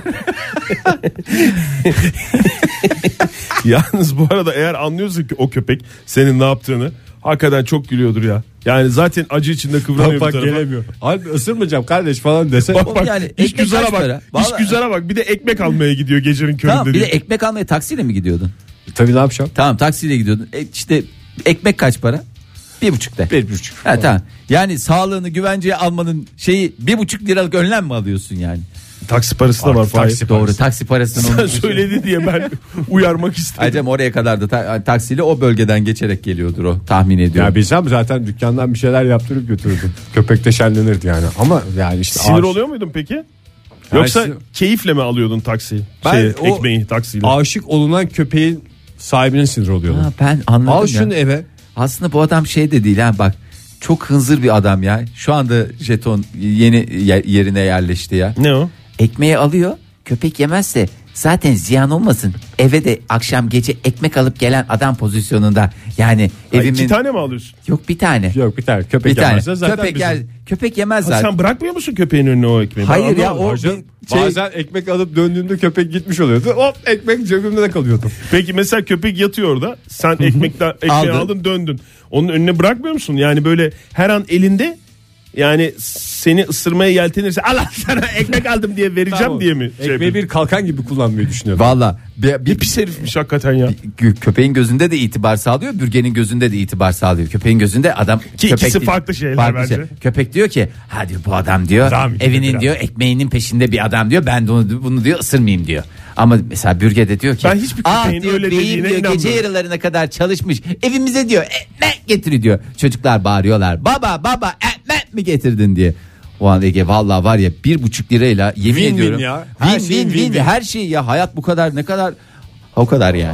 Yalnız bu arada eğer anlıyorsun ki o köpek senin ne yaptığını, hakikaten çok gülüyordur ya. Yani zaten acı içinde kıvranıyor Bak bir tarafa. gelemiyor. Abi ısırmayacağım kardeş falan dese. Bak bak, Yani iş ekmek güzara kaç bak. para? İş Vallahi- güzara bak. Bir de ekmek almaya gidiyor gecenin köründe. Tamam bir de diyor. ekmek almaya taksiyle mi gidiyordun? Tabii ne yapacağım? Tamam taksiyle gidiyordun. İşte ekmek kaç para? 1,5 de. 1,5. Ha, tamam. Yani sağlığını güvenceye almanın şeyi 1,5 liralık önlem mi alıyorsun yani? Taksi parası da var. Taksi Fahir. Doğru taksi parasını Sen unutmuşsun. söyledi diye ben uyarmak istedim. Acaba oraya kadar da taksiyle o bölgeden geçerek geliyordur o tahmin ediyorum. Ya bilsem zaten dükkandan bir şeyler yaptırıp götürürdüm. Köpek de şenlenirdi yani. Ama yani işte Sinir aş- oluyor muydun peki? Yoksa sinir- keyifle mi alıyordun taksiyi? Ben o- Ekmeği taksiyle. aşık olunan köpeğin sahibinin sinir oluyordum. Ha, ben anladım Al ya. şunu eve. Aslında bu adam şey de değil ha bak. Çok hınzır bir adam ya. Şu anda jeton yeni yerine yerleşti ya. Ne o? Ekmeği alıyor. Köpek yemezse zaten ziyan olmasın. Eve de akşam gece ekmek alıp gelen adam pozisyonunda. Yani Ha, evimin 2 tane mi alıyorsun? yok bir tane. Yok bir tane köpek Bir tane. yemezse zaten Köpek bizim. köpek yemez Ha, zaten. sen bırakmıyor musun köpeğin önüne o ekmeği? Ben Hayır ya, anlamadım. o- Bazen, Şey- bazen ekmek alıp döndüğümde köpek gitmiş oluyordu. Hop ekmek cebimde de kalıyordu. Peki mesela köpek yatıyor orada. Sen ekmeği Aldın. aldın döndün. Onun önüne bırakmıyor musun? Yani böyle her an elinde, yani seni ısırmaya yeltenirse Allah sana ekmek aldım diye vereceğim Tamam. diye mi? Ekmeği bir kalkan gibi kullanmayı düşünüyordum. Valla Bir pis herifmiş hakikaten ya. köpeğin gözünde de itibar sağlıyor, bürgenin gözünde de itibar sağlıyor. Köpeğin gözünde adam Ki köpek ikisi değil, farklı şeyler bence. Köpek diyor ki, hadi bu adam diyor, Adam gibi evinin biraz. diyor ekmeğinin peşinde bir adam diyor. Ben de bunu diyor ısırmayayım diyor. Ama mesela bürge de diyor ki, Ben hiçbir köpeğin diyor, öyle beyim dediğine diyor, gece inanmıyorum. yarılarına kadar çalışmış. Evimize diyor ekmek getiriyor diyor. Çocuklar bağırıyorlar. Baba ekmek mi getirdin diye. O an Ege vallahi var ya 1,5 lirayla yemin Win-win ediyorum. ya. Her Win, şeyin win, win-win. her şey ya, hayat bu kadar, ne kadar o kadar yani.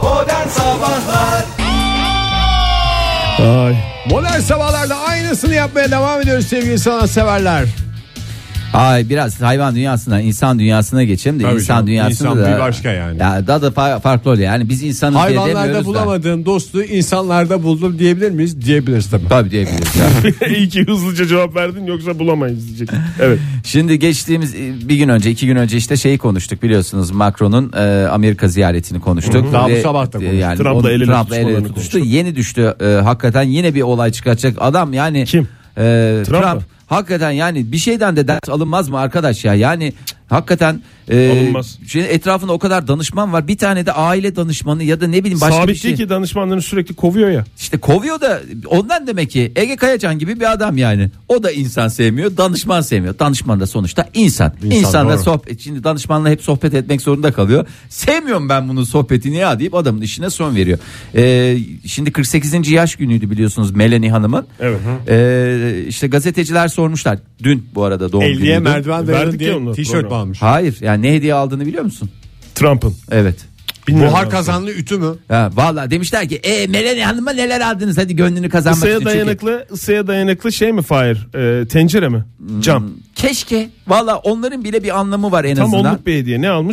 Ay. Modern sabahlarda aynısını yapmaya devam ediyoruz sevgili sanatseverler. Ay biraz hayvan dünyasından insan dünyasına geçelim de Tabii insan canım, dünyasında insan da bir başka yani. Ya daha da farklı oluyor. Yani biz insanız diye Hayvanlarda demiyoruz da. bulamadığım dostu insanlarda buldum diyebilir miyiz? Diyebiliriz tabii. Tabii diyebiliriz ya. İyi ki hızlıca cevap verdin, yoksa bulamayız diyecek. Evet. Şimdi geçtiğimiz bir gün önce 2 gün önce işte şeyi konuştuk biliyorsunuz, Macron'un Amerika ziyaretini konuştuk. Daha bu Ve, sabah da konuştuk. yani Trump'la onun- el ele Trump'la tutuşmalarını tutuştu. konuştuk. Yeni düştü hakikaten, yine bir olay çıkaracak adam yani. Kim? Trump mı? hakikaten yani bir şeyden de ders alınmaz mı arkadaş ya? Yani hakikaten Alınmaz. etrafında o kadar danışman var. Bir tane de aile danışmanı ya da ne bileyim başka Sabit bir şey. değil ki, danışmanlarını sürekli kovuyor ya. İşte kovuyor da ondan, demek ki Ege Kayacan gibi bir adam yani. O da insan sevmiyor, danışman sevmiyor. Danışman da sonuçta insan. İnsanla doğru. sohbet. Şimdi danışmanla hep sohbet etmek zorunda kalıyor. Sevmiyorum ben bunun sohbetini ya deyip adamın işine son veriyor. Şimdi 48. yaş günüydü biliyorsunuz Melanie Hanım'ın. Evet. İşte gazeteciler sormuşlar. Dün bu arada doğum 50'ye günüydü. merdiven Verdik dayanın ya diye onu, tişört program. mü almış? Hayır yani ne hediye aldığını biliyor musun? Trump'ın. Evet. Bilmiyorum Buhar ben. kazanlı ütü mü? Ha, vallahi demişler ki Melanie Hanım'a neler aldınız, hadi gönlünü kazanmak Isıya için. Çünkü- ısıya dayanıklı şey mi Fahir? Tencere mi? Cam. Keşke. Valla onların bile bir anlamı var en Tam azından. onluk bir hediye. Ne almış?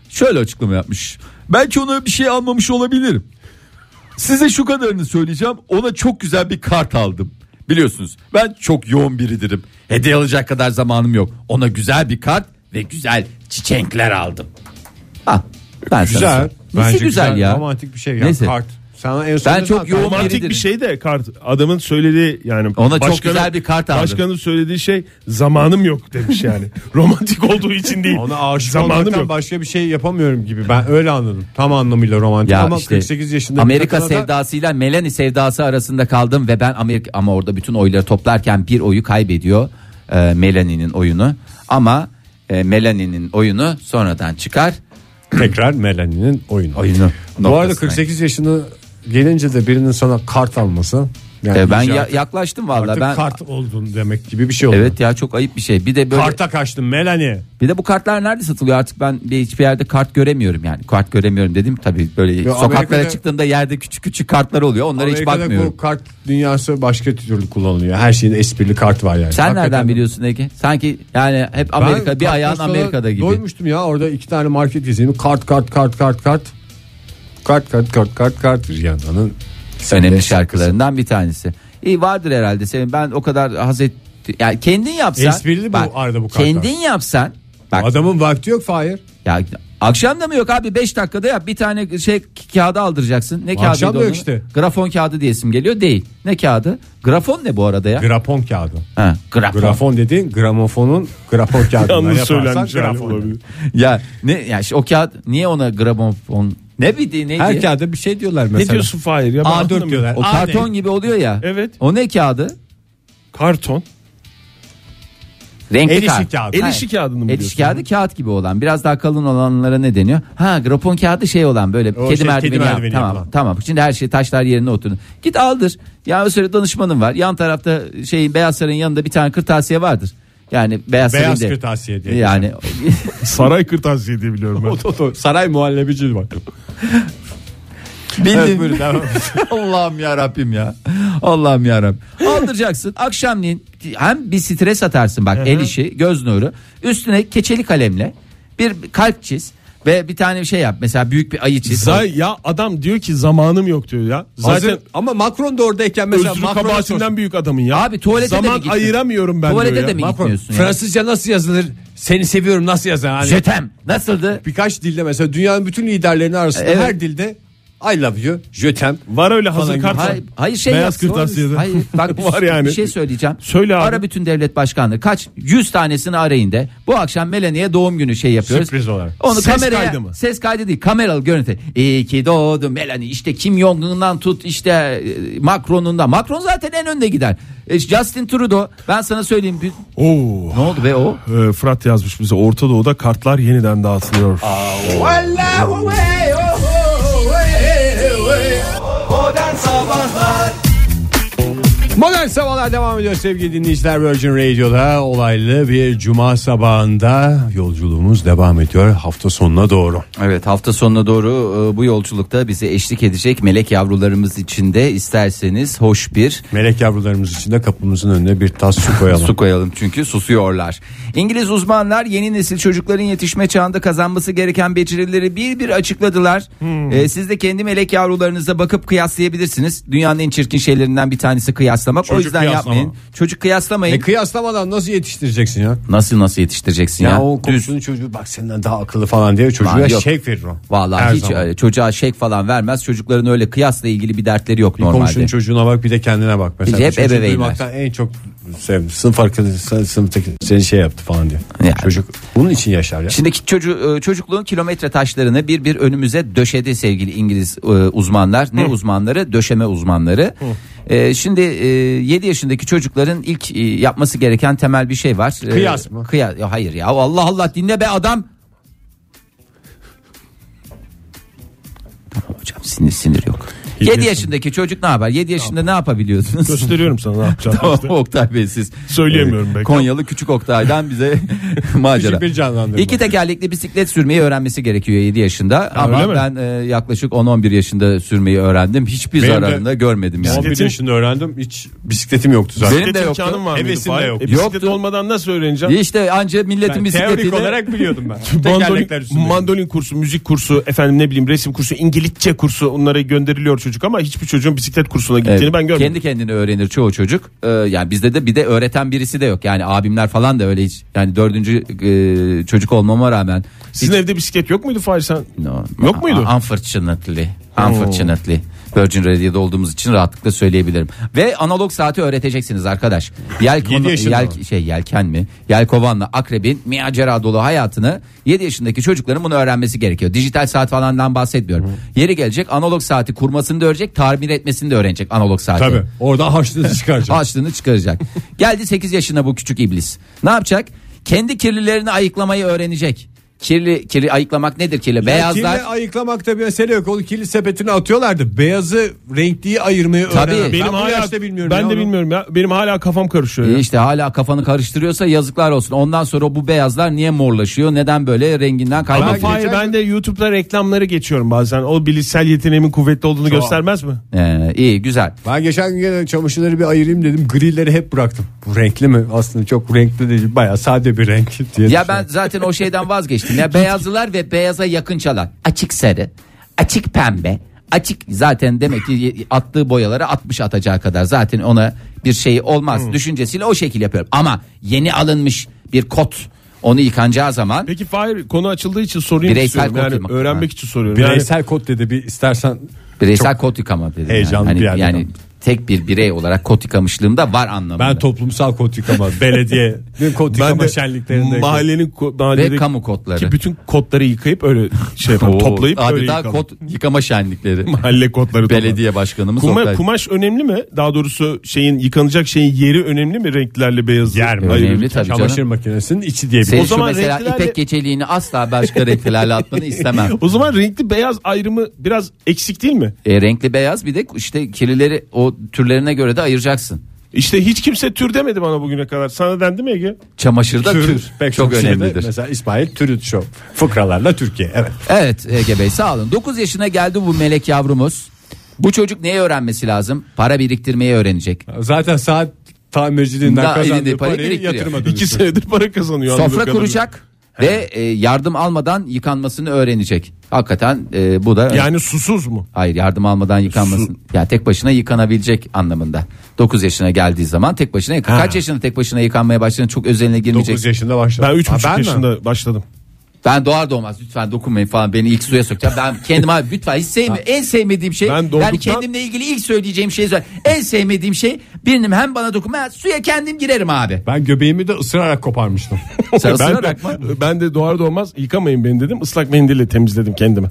şöyle açıklama yapmış. Belki ona bir şey almamış olabilirim. Size şu kadarını söyleyeceğim. Ona çok güzel bir kart aldım. Biliyorsunuz ben çok yoğun biridirim. Hediye alacak kadar zamanım yok. Ona güzel bir kart ve güzel çiçekler aldım. Ha, ben Güzel. Nesi güzel ya. Romantik bir şey ya. Neyse. Kart. Sana en Ben çok yoğun Romantik biridir. bir şey de kart. Adamın söylediği yani. Ona çok güzel bir kart aldım. Başkanın söylediği şey zamanım yok demiş yani. Romantik olduğu için değil. Ona aşık zamanım olmaktan yok. başka bir şey yapamıyorum gibi. Ben öyle anladım. Tam anlamıyla romantik Ya ama işte 48 yaşında Amerika bir kadına da- sevdasıyla Melanie sevdası arasında kaldım ve ben Amerika ama orada bütün oyları toplarken bir oyu kaybediyor Melanie'nin oyunu ama Melanie'nin oyunu sonradan çıkar tekrar Melanie'nin oyunu. Bu arada noktasına. 48 yaşını gelince de birinin sana kart alması. Yani Ben iyice artık- yaklaştım vallahi artık ben. kart oldun demek gibi bir şey oldu. Evet ya çok ayıp bir şey. Bir de böyle Karta kaçtın Melanie. bir de bu kartlar nerede satılıyor artık ben hiçbir yerde kart göremiyorum yani. Kart göremiyorum dedim tabii böyle sokaklara Amerika'da- çıktığımda yerde küçük küçük kartlar oluyor. Onlara hiç Amerika'da bakmıyorum. bu kart dünyası başka türlü kullanılıyor. Her şeyin esprili kartı var yani. Sen Hakikaten nereden biliyorsun Ege? Sanki yani hep Amerika Ben bir ayağın kartpostada Amerika'da gibi. Doymuştum ya orada 2 tane market gezeyim. Kart. Rihanna'nın Önemli şarkılarından bir tanesi. İyi vardır herhalde senin ben o kadar haz et yani kendin yapsan. Esprili bu arada bu kartlar. Kendin yapsan. Bak Adamın vakti yok Fahir. ya akşam da mı yok abi 5 dakikada yap bir tane şey kağıdı aldıracaksın. Ne kağıdı? Akşam da yok işte. Grafon kağıdı diyesim geliyor değil. Ne kağıdı? Grafon ne bu arada ya? Grafon kağıdı. Ha, Grafon dediğin gramofonun grafon kağıdından Yanlış yaparsan söylenmiş yani grafon. olabilir. Ya ne ya işte o kağıt niye ona gramofon ne bildiğin neydi? Her kağıda bir şey diyorlar mesela. Ne diyorsun Fahir ya? Ben A4 anlamıyorum. diyorlar. O A karton ne? gibi oluyor ya. Evet. O ne kağıdı? Karton. Renkli El işi kağıt. kağıdı. El işi kağıdını mı El diyorsun? işi kağıdı kağıt gibi olan biraz daha kalın olanlara ne deniyor? Ha grafon kağıdı şey olan böyle O kedi şey, merdiveni, kedi merdiveni tamam yapılan. tamam. Şimdi her şey taşlar yerine oturdu. Git aldır. Ya o sırada danışmanın var. Yan tarafta Beyaz Saray'ın yanında bir tane kırtasiye vardır. Yani Beyaz Beyaz Saray'ın kırtasiye diye. yani Saray kırtasiye diye biliyorum ben. Saray muhallebici var. bildiğin Evet, buyurun, devam. Allah'ım ya Rabbim ya. Allah'ım ya Rabbim. Aldıracaksın. Akşamleyin hem bir stres atarsın bak el işi, göz nuru. Üstüne keçeli kalemle bir kalp çiz ve bir tane bir şey yap. Mesela büyük bir ayı çiz. Ya adam diyor ki zamanım yok diyor ya. Zaten Zaten ama Macron da oradayken mesela özrü Macron'a kabahatinden büyük adamın ya. Abi tuvalete de mi zaman gitmiyorsun? ayıramıyorum ben Tuvalete diyor de ya. mi Macron, gitmiyorsun ya? Fransızca nasıl yazılır? Seni seviyorum nasıl yazılır? Hani Jetem nasıldı? birkaç dilde mesela dünyanın bütün liderlerinin arasında Evet. her dilde I love you, je t'aime. Var öyle hazır Falan kart. gibi. Hayır şey Beyaz yap. kırtasiyede. Hayır bak Var yani. bir şey söyleyeceğim. Söyle abi. Ara bütün devlet başkanları kaç 100 tanesini arayın de. Bu akşam Melanie'ye doğum günü şey yapıyoruz. Sürpriz olarak. Onu Ses kameraya kaydı mı? ses kaydı değil kameralı görüntü. İyi ki doğdun Melanie işte Kim Jong-un'dan tut işte Macron'undan. Macron zaten en önde gider. Justin Trudeau ben sana söyleyeyim. Oo. Ne oldu be o? Fırat yazmış bize Orta Doğu'da kartlar yeniden dağıtılıyor. Modern Sabahlar devam ediyor sevgili dinleyiciler. Virgin Radio'da olaylı bir cuma sabahında yolculuğumuz devam ediyor hafta sonuna doğru. Evet hafta sonuna doğru bu yolculukta bize eşlik edecek melek yavrularımız için de isterseniz hoş bir Melek yavrularımız için de kapımızın önüne bir tas su koyalım. su koyalım çünkü susuyorlar. İngiliz uzmanlar yeni nesil çocukların yetişme çağında kazanması gereken becerileri bir açıkladılar. Siz de kendi melek yavrularınıza bakıp kıyaslayabilirsiniz. Dünyanın en çirkin şeylerinden bir tanesi kıyaslamak. O Çocuk yüzden kıyaslama. yapmayın. Çocuk kıyaslamayın. Kıyaslamadan nasıl yetiştireceksin ya? Nasıl yetiştireceksin ya? O komşunun çocuğu bak senden daha akıllı falan diye çocuğa Lan yok. şek verir o. Vallahi Her hiç zaman. çocuğa şek falan vermez. Çocukların öyle kıyasla ilgili bir dertleri yok Bir normalde. komşunun çocuğuna bak bir de kendine bak. Mesela Hep çocuk ebeveynler. duymaktan en çok sevdim. Sınıf arkadaşı sınıftaki seni şey yaptı falan diyor. Yani. Çocuk bunun için yaşar ya. Şimdiki çocukluğun kilometre taşlarını bir önümüze döşedi sevgili İngiliz uzmanlar. Ne uzmanları? Döşeme uzmanları. Şimdi 7 yaşındaki çocukların ilk yapması gereken temel bir şey var. Kıyas mı? Hayır ya Allah Allah dinle be adam. Tamam hocam sinir yok. 7 yaşındaki çocuk ne yapar? 7 yaşında ne yapabiliyorsunuz? Gösteriyorum sana ne yapacağını. Tamam işte. Oktay Bey siz. Söyleyemiyorum belki. Konyalı küçük Oktay'dan bize macera. Küçük bir canlandırma. 2 tekerlekli bisiklet sürmeyi öğrenmesi gerekiyor 7 yaşında. Ama öyle mi? ben yaklaşık 10-11 yaşında sürmeyi öğrendim. Hiçbir Benim zararını da görmedim yani. 11 yaşında öğrendim. Hiç bisikletim yoktu zaten. Benim de yoktu. imkanım var mıydı? Hevesim de Fahir? yok. Bisiklet Yoktu. olmadan nasıl öğreneceğim? İşte anca milletin Ben bisikletiyle. teorik olarak biliyordum ben. Tekerlekler üstünde. Mandolin kursu, müzik kursu, efendim ne bileyim resim kursu, İngilizce kursu onlara gönderiliyor çocuk ama hiçbir çocuğun bisiklet kursuna gittiğini ben görmedim. Kendi kendine öğrenir çoğu çocuk. Yani bizde de bir de öğreten birisi de yok. Yani abimler falan da öyle hiç. Yani 4. Çocuk olmama rağmen. Sizin evde bisiklet yok muydu Fahir sen? No. Yok muydu? Unfortunately. Virgin Radio'da olduğumuz için rahatlıkla söyleyebilirim. Ve analog saati öğreteceksiniz arkadaş. 7 yaşında mı? Yelken mi? Yelkovanla akrebin macera dolu hayatını 7 yaşındaki çocukların bunu öğrenmesi gerekiyor. Dijital saat falandan bahsetmiyorum. Yeri gelecek analog saati kurmasını da öğrenecek, tamir etmesini de öğrenecek analog saati. Tabii. Oradan harçlığını çıkaracak. Harçlığını çıkaracak. Geldi 8 yaşına bu küçük iblis. Ne yapacak? Kendi kirlilerini ayıklamayı öğrenecek. Kirli ayıklamak nedir kirli? Beyazlar. Kirli ayıklamakta bir mesele yok. Onu kirli sepetine atıyorlardı. Beyazı renkliyi ayırmayı Tabii. öğrenemem. Benim Ben bu hala yaşta bilmiyorum. Ben ya de onu. bilmiyorum ya. Benim hala kafam karışıyor ya. İşte hala kafanı karıştırıyorsa yazıklar olsun. Ondan sonra bu beyazlar niye morlaşıyor? Neden böyle renginden Ama kaybediyor? Fahir geçen- ben de YouTube'da reklamları geçiyorum bazen. O bilişsel yeteneğimin kuvvetli olduğunu göstermez mi? İyi güzel. Ben geçen gün gene çamaşırları bir ayırayım dedim. Grileri hep bıraktım. Bu renkli mi? Aslında çok renkli değil. Bayağı sade bir renk diye. Ya ben zaten o şeyden vazgeçtim. Ya beyazlılar ve beyaza yakın çalan. Açık sarı, açık pembe, açık zaten demek ki attığı boyaları 60 atacağı kadar zaten ona bir şey olmaz düşüncesiyle o şekil yapıyorum. Ama yeni alınmış bir kot onu yıkanacağı zaman Peki Fahir konu açıldığı için sorayım Bireysel istiyorum. Yani kod yıkama. öğrenmek için soruyorum. bireysel kod dedi bir istersen. bireysel kot yıkama dedim. heyecanlı bir yerde yani kaldım. tek bir birey olarak kot yıkamışlığım da var anlamında. Ben toplumsal kod yıkama, belediyenin kod Ben yıkama de şenliklerinde. mahallenin ve mahalledeki kamu kodları. bütün kodları yıkayıp öyle şey yapalım. Oo, Toplayıp öyle adeta yıkalım. kod yıkama şenlikleri. Mahalle kodları Belediye başkanımız Oktay. Kumaş önemli mi? Daha doğrusu yıkanacak şeyin yeri önemli mi? Renklerle beyazı. Yer mi? Önemli tabii Çamaşır canım. makinesinin içi diye bir. Senin O zaman şu mesela renklilerle- ipek geceliğini asla başka renklerle atmanı istemem. O zaman renkli beyaz ayrımı biraz eksik değil mi? Renkli beyaz bir de işte kirlileri o türlerine göre de ayıracaksın. İşte hiç kimse tür demedi bana bugüne kadar. Sana dendi mi Ege? Çamaşırda tür, Pek çok şeyde önemlidir. Mesela İsmail Türüt Show. Fıkralarla Türkiye. Evet. Evet Ege Bey sağ olun. 9 yaşına geldi bu melek yavrumuz. Bu çocuk neyi öğrenmesi lazım? Para biriktirmeyi öğrenecek. Zaten saat tamirciliğinden Daha elinde kazandığı parayı parayı biriktiriyor. yatırıma 2 dönüştürüyor. senedir para kazanıyor. anladığım Sofra kadarıyla. kuracak ve yardım almadan yıkanmasını öğrenecek. Hakikaten bu da Yani susuz mu? hayır yardım almadan yıkanmasın. Yani tek başına yıkanabilecek anlamında. 9 yaşına geldiği zaman tek başına kaç yaşında tek başına yıkanmaya başladın çok özeline girmeyecek. 9 yaşında başladı. Ben 3,5 Ha, mi? yaşında başladım. Ben doğar doğmaz lütfen dokunmayın falan beni ilk suya sokacağım. Ben kendim abi lütfen hiç en sevmediğim şey Ben yani doğduktan- kendimle ilgili ilk söyleyeceğim şey en sevmediğim şey birinin hem bana dokunma suya kendim girerim abi. Ben göbeğimi de ısırarak koparmıştım. Sen Ben ısırarak mı? ben de doğar doğmaz yıkamayın beni dedim. Islak mendille temizledim kendimi.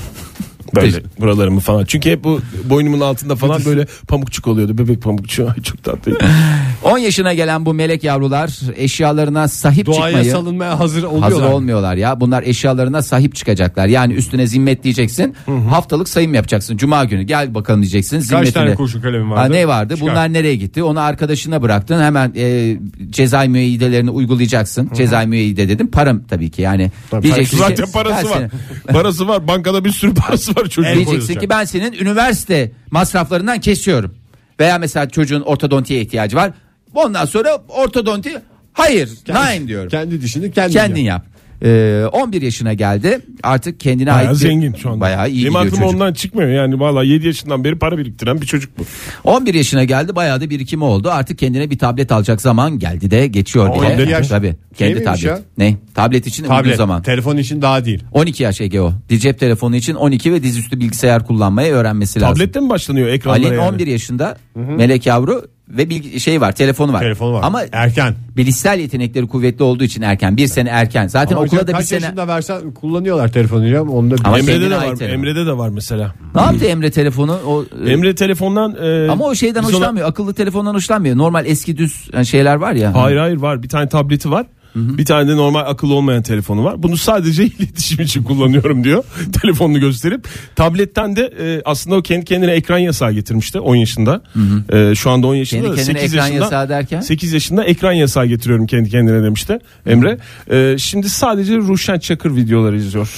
Böyle buralarımı falan. Çünkü hep bu boynumun altında falan böyle pamukçuk oluyordu. Bebek pamukçuğu. Ay çok tatlıydı. 10 yaşına gelen bu melek yavrular eşyalarına sahip Doğaya çıkmayı salınmaya hazır oluyorlar. hazır olmuyorlar ya. Bunlar eşyalarına sahip çıkacaklar. Yani üstüne zimmet diyeceksin. Haftalık sayım yapacaksın. Cuma günü gel bakalım diyeceksin. Kaç tane Zimmetinde- kurşun kalemim vardı? Ha, ne vardı? Çıkar. Bunlar nereye gitti? Onu arkadaşına bıraktın. Hemen cezai müeyyidelerini uygulayacaksın. Cezai müeyyide dedim. Param tabii ki yani. Diyeceksin ki, Zaten parası ben var. seni- Parası var. Bankada bir sürü parası var çocuğun. Diyeceksin ki ben senin üniversite masraflarından kesiyorum. Veya mesela çocuğun ortodontiye ihtiyacı var. Ondan sonra ortodonti hayır, nein diyorum. Kendi dişini Kendin yap. 11 yaşına geldi. Artık kendine Bayağı ait zengin şu anda. Bayağı iyi Benim gidiyor aklıma çocuk. ondan çıkmıyor. Yani vallahi 7 yaşından beri para biriktiren bir çocuk bu. 11 yaşına geldi. Bayağı da birikimi oldu. Artık kendine bir tablet alacak zaman geldi de geçiyor 11 bile. yaş. Tabii. Kendi miymiş tablet. ya? Ne? Tablet için uygun Tablet. zaman. Telefon için daha değil. 12 yaş Ege o. Cep telefonu için 12 ve dizüstü bilgisayar kullanmayı öğrenmesi lazım. Tablette mi başlanıyor ekranlara Ali'nin yani? 11 yaşında melek yavru ve telefonu var. Telefonu var. Ama Erken. bilişsel yetenekleri kuvvetli olduğu için erken. Bir sene erken. Zaten Ama okula hocam da bir kaç sene. yaşında versen kullanıyorlar telefonu ya. Onu da Ama Emre'de kendine de ait var. telefon. Emre'de de var mesela. Ne yaptı Emre telefonu? O, Emre telefondan ama o şeyden biz ona- hoşlanmıyor. Akıllı telefondan hoşlanmıyor. Normal eski düz şeyler var ya. Hayır var. Bir tane tableti var. Bir tane de normal akıllı olmayan telefonu var. Bunu sadece iletişim için kullanıyorum diyor. Telefonunu gösterip. Tabletten de aslında o kendi kendine ekran yasağı getirmişti 10 yaşında. Şu anda 10 yaşında. Kendi kendine 8 ekran yaşında, yasağı derken? 8 yaşında ekran yasağı getiriyorum kendi kendine demişti Emre. Şimdi sadece Ruşen Çakır videoları izliyor.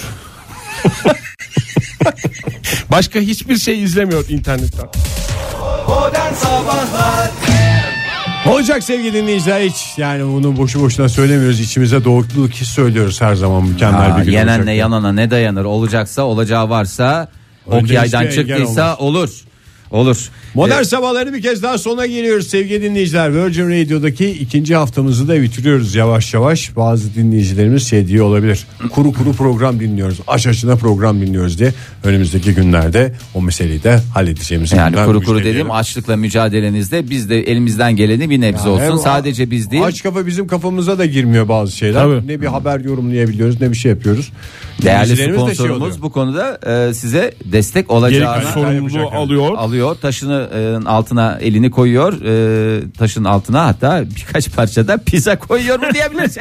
Başka hiçbir şey izlemiyor internetten. Modern Sabahlar. Olacak sevgili dinleyiciler, hiç yani bunu boşu boşuna söylemiyoruz, içimize doğrultuğu ki söylüyoruz, her zaman mükemmel bir gün yenenle olacak. yanana ne dayanır, olacaksa olacağı varsa ok Önce yaydan hiçbir engel çıktıysa olur. Modern sabahları bir kez daha sona geliyoruz sevgili dinleyiciler. Virgin Radio'daki ikinci haftamızı da bitiriyoruz yavaş yavaş. Bazı dinleyicilerimiz şey diye olabilir, kuru program dinliyoruz, aç açına program dinliyoruz diye. Önümüzdeki günlerde o meseleyi de halledeceğimizi. Yani kuru dediğim açlıkla mücadelenizde biz de elimizden geleni bir nebze olsun. Sadece biz değil. Aç kafa bizim kafamıza da girmiyor bazı şeyler. Tabii. Ne bir haber yorumlayabiliyoruz, ne bir şey yapıyoruz. Değerli Dinleyicilerimiz de sponsorumuz bu konuda size destek olacağına Gerekli sorumluluğu alıyor. Taşını altına elini koyuyor, taşın altına hatta birkaç parçada pizza koyuyor mu diyebiliriz.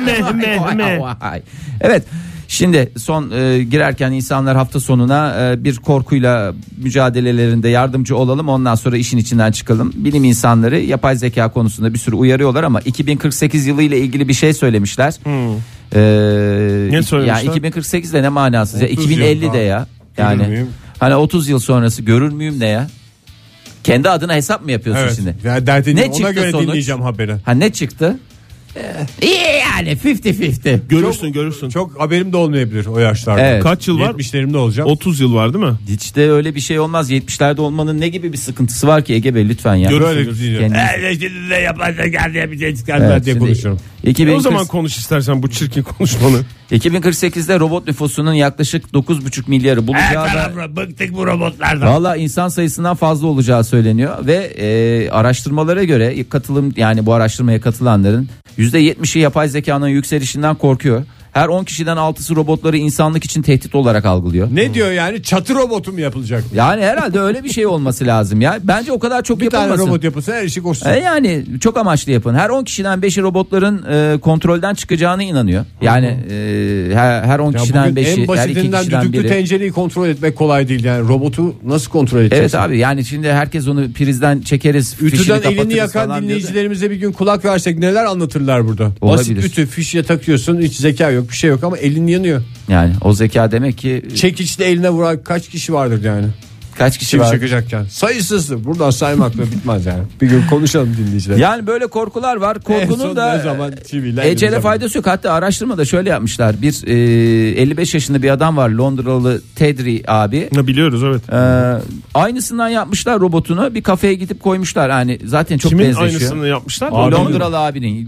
Evet. Şimdi son girerken insanlar hafta sonuna bir korkuyla mücadelelerinde yardımcı olalım. Ondan sonra işin içinden çıkalım. Bilim insanları yapay zeka konusunda bir sürü uyarıyorlar ama 2048 yılı ile ilgili bir şey söylemişler. Ne söylemişler? Ya 2048'de ne manasız ya, 2050'de ya. Yani hani 30 yıl sonrası görür müyüm ne ya? Kendi adına hesap mı yapıyorsun Evet. şimdi? Ya derdini Ne ona çıktı göre sonuç? dinleyeceğim haberi. Ha ne çıktı? İyi yani 50-50. Görürsün. Çok haberim de olmayabilir o yaşlarda. Evet. Kaç yıl var? 70'lerimde olacağım. 30 yıl var değil mi? Hiç de öyle bir şey olmaz. 70'lerde olmanın ne gibi bir sıkıntısı var ki Ege Bey, lütfen ya. Böyle diyeceğim. Kendiniz- Şimdi de yaparsa geldi bir şey çıkar Evet, diye şimdi konuşuyorum. 2040 O zaman konuş istersen bu çirkin konuşmanı. 2048'de robot nüfusunun yaklaşık 9,5 milyarı bulacağı da Bıktık bu robotlardan. valla insan sayısından fazla olacağı söyleniyor ve araştırmalara göre yani bu araştırmaya katılanların %70'i yapay zekanın yükselişinden korkuyor. Her 10 kişiden 6'sı robotları insanlık için tehdit olarak algılıyor. Ne diyor yani, çatı robotu mu yapılacak? Yani herhalde öyle bir şey olması lazım ya. Bence o kadar çok Bir tane yapılmasın. robot yapılsa her işi koşsun. Yani çok amaçlı yapın. Her 10 kişiden 5'i robotların kontrolden çıkacağına inanıyor. Yani her 10 Ya kişiden bugün 5'i, en her 2 basitinden kişiden düdüklü biri. tencereyi kontrol etmek kolay değil yani. Robotu nasıl kontrol edeceksin? Evet abi, yani şimdi herkes onu prizden çekeriz, fişini Ütüden kapatırız elini yakan falan dinleyicilerimize bir gün kulak versek neler anlatırlar burada. Olabilir. Basit ütü, fişe takıyorsun, hiç zeka yok, bir şey yok ama elin yanıyor. Yani o zeka demek ki Çekiçle eline vuran kaç kişi vardır yani? kaç kişi Çivi var? çakacakken. Sayısız. Buradan saymakla bitmez yani. Bir gün konuşalım dinleyiciler. Yani böyle korkular var. En Korkunun son da ne zaman çiviyle ecele elimize faydası yok. Hatta araştırmada şöyle yapmışlar. Bir 55 yaşında bir adam var, Londralı Tedri abi. Biliyoruz evet. Aynısından yapmışlar robotunu. Bir kafeye gidip koymuşlar. Yani zaten çok Kimin benzeşiyor. aynısını yapmışlar? Londralı abinin,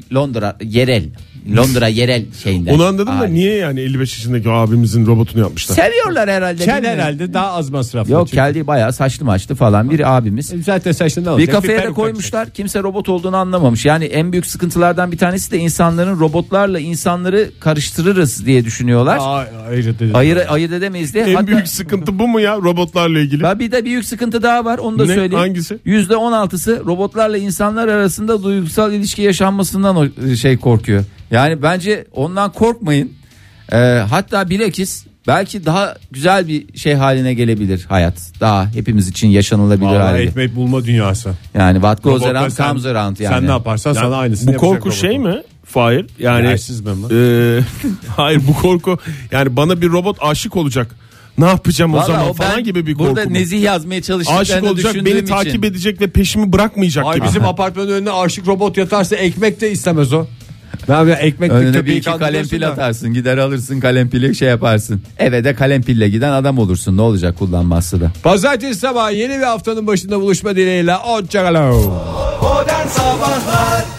Londra yerel şeyinden. Onu anladım da Abi. niye yani 55 yaşındaki abimizin robotunu yapmışlar? Seviyorlar herhalde. Kel bilmiyorum. herhalde daha az masraflı. Yok, Çünkü kel değil, bayağı saçlı maçlı falan bir abimiz. zaten saçında Bir olacak. kafeye de peruk koymuşlar. Kimse robot olduğunu anlamamış. Yani en büyük sıkıntılardan bir tanesi de insanların robotlarla insanları karıştırırız diye düşünüyorlar. Ayırt edemeyiz diye. En Hatta büyük sıkıntı bu mu ya robotlarla ilgili? bir de büyük sıkıntı daha var. Onu da Ne? söyleyeyim. Hangisi? %16'sı robotlarla insanlar arasında duygusal ilişki yaşanmasından korkuyor. Yani bence ondan korkmayın. Hatta bilakis belki daha güzel bir şey haline gelebilir hayat. Daha hepimiz için yaşanılabilir Vallahi hale. ekmek bulma dünyası. Yani what goes Robotlar around comes around yani. Sen ne yaparsan Yani sana aynısını bu yapacak korku robot. şey mi? Fahir yani Yersiz mi ama? hayır bu korku yani bana bir robot aşık olacak. Ne yapacağım o Vallahi zaman ben falan gibi bir korku. burada mu? nezih yazmaya çalıştıklarını Aşık olacak, düşündüğüm beni için. takip edecek ve peşimi bırakmayacak Ay gibi. bizim apartmanın önüne aşık robot yatarsa ekmek de istemez o. Ne yapayım, ekmek de Önüne bir köpeği iki kalem kandırırsın pil da. atarsın, gider alırsın kalem pili yaparsın. Eve de kalem pille giden adam olursun, ne olacak kullanmazsa da. Pazartesi sabahı yeni bir haftanın başında buluşma dileğiyle. Hoşçakalın. Modern Sabahlar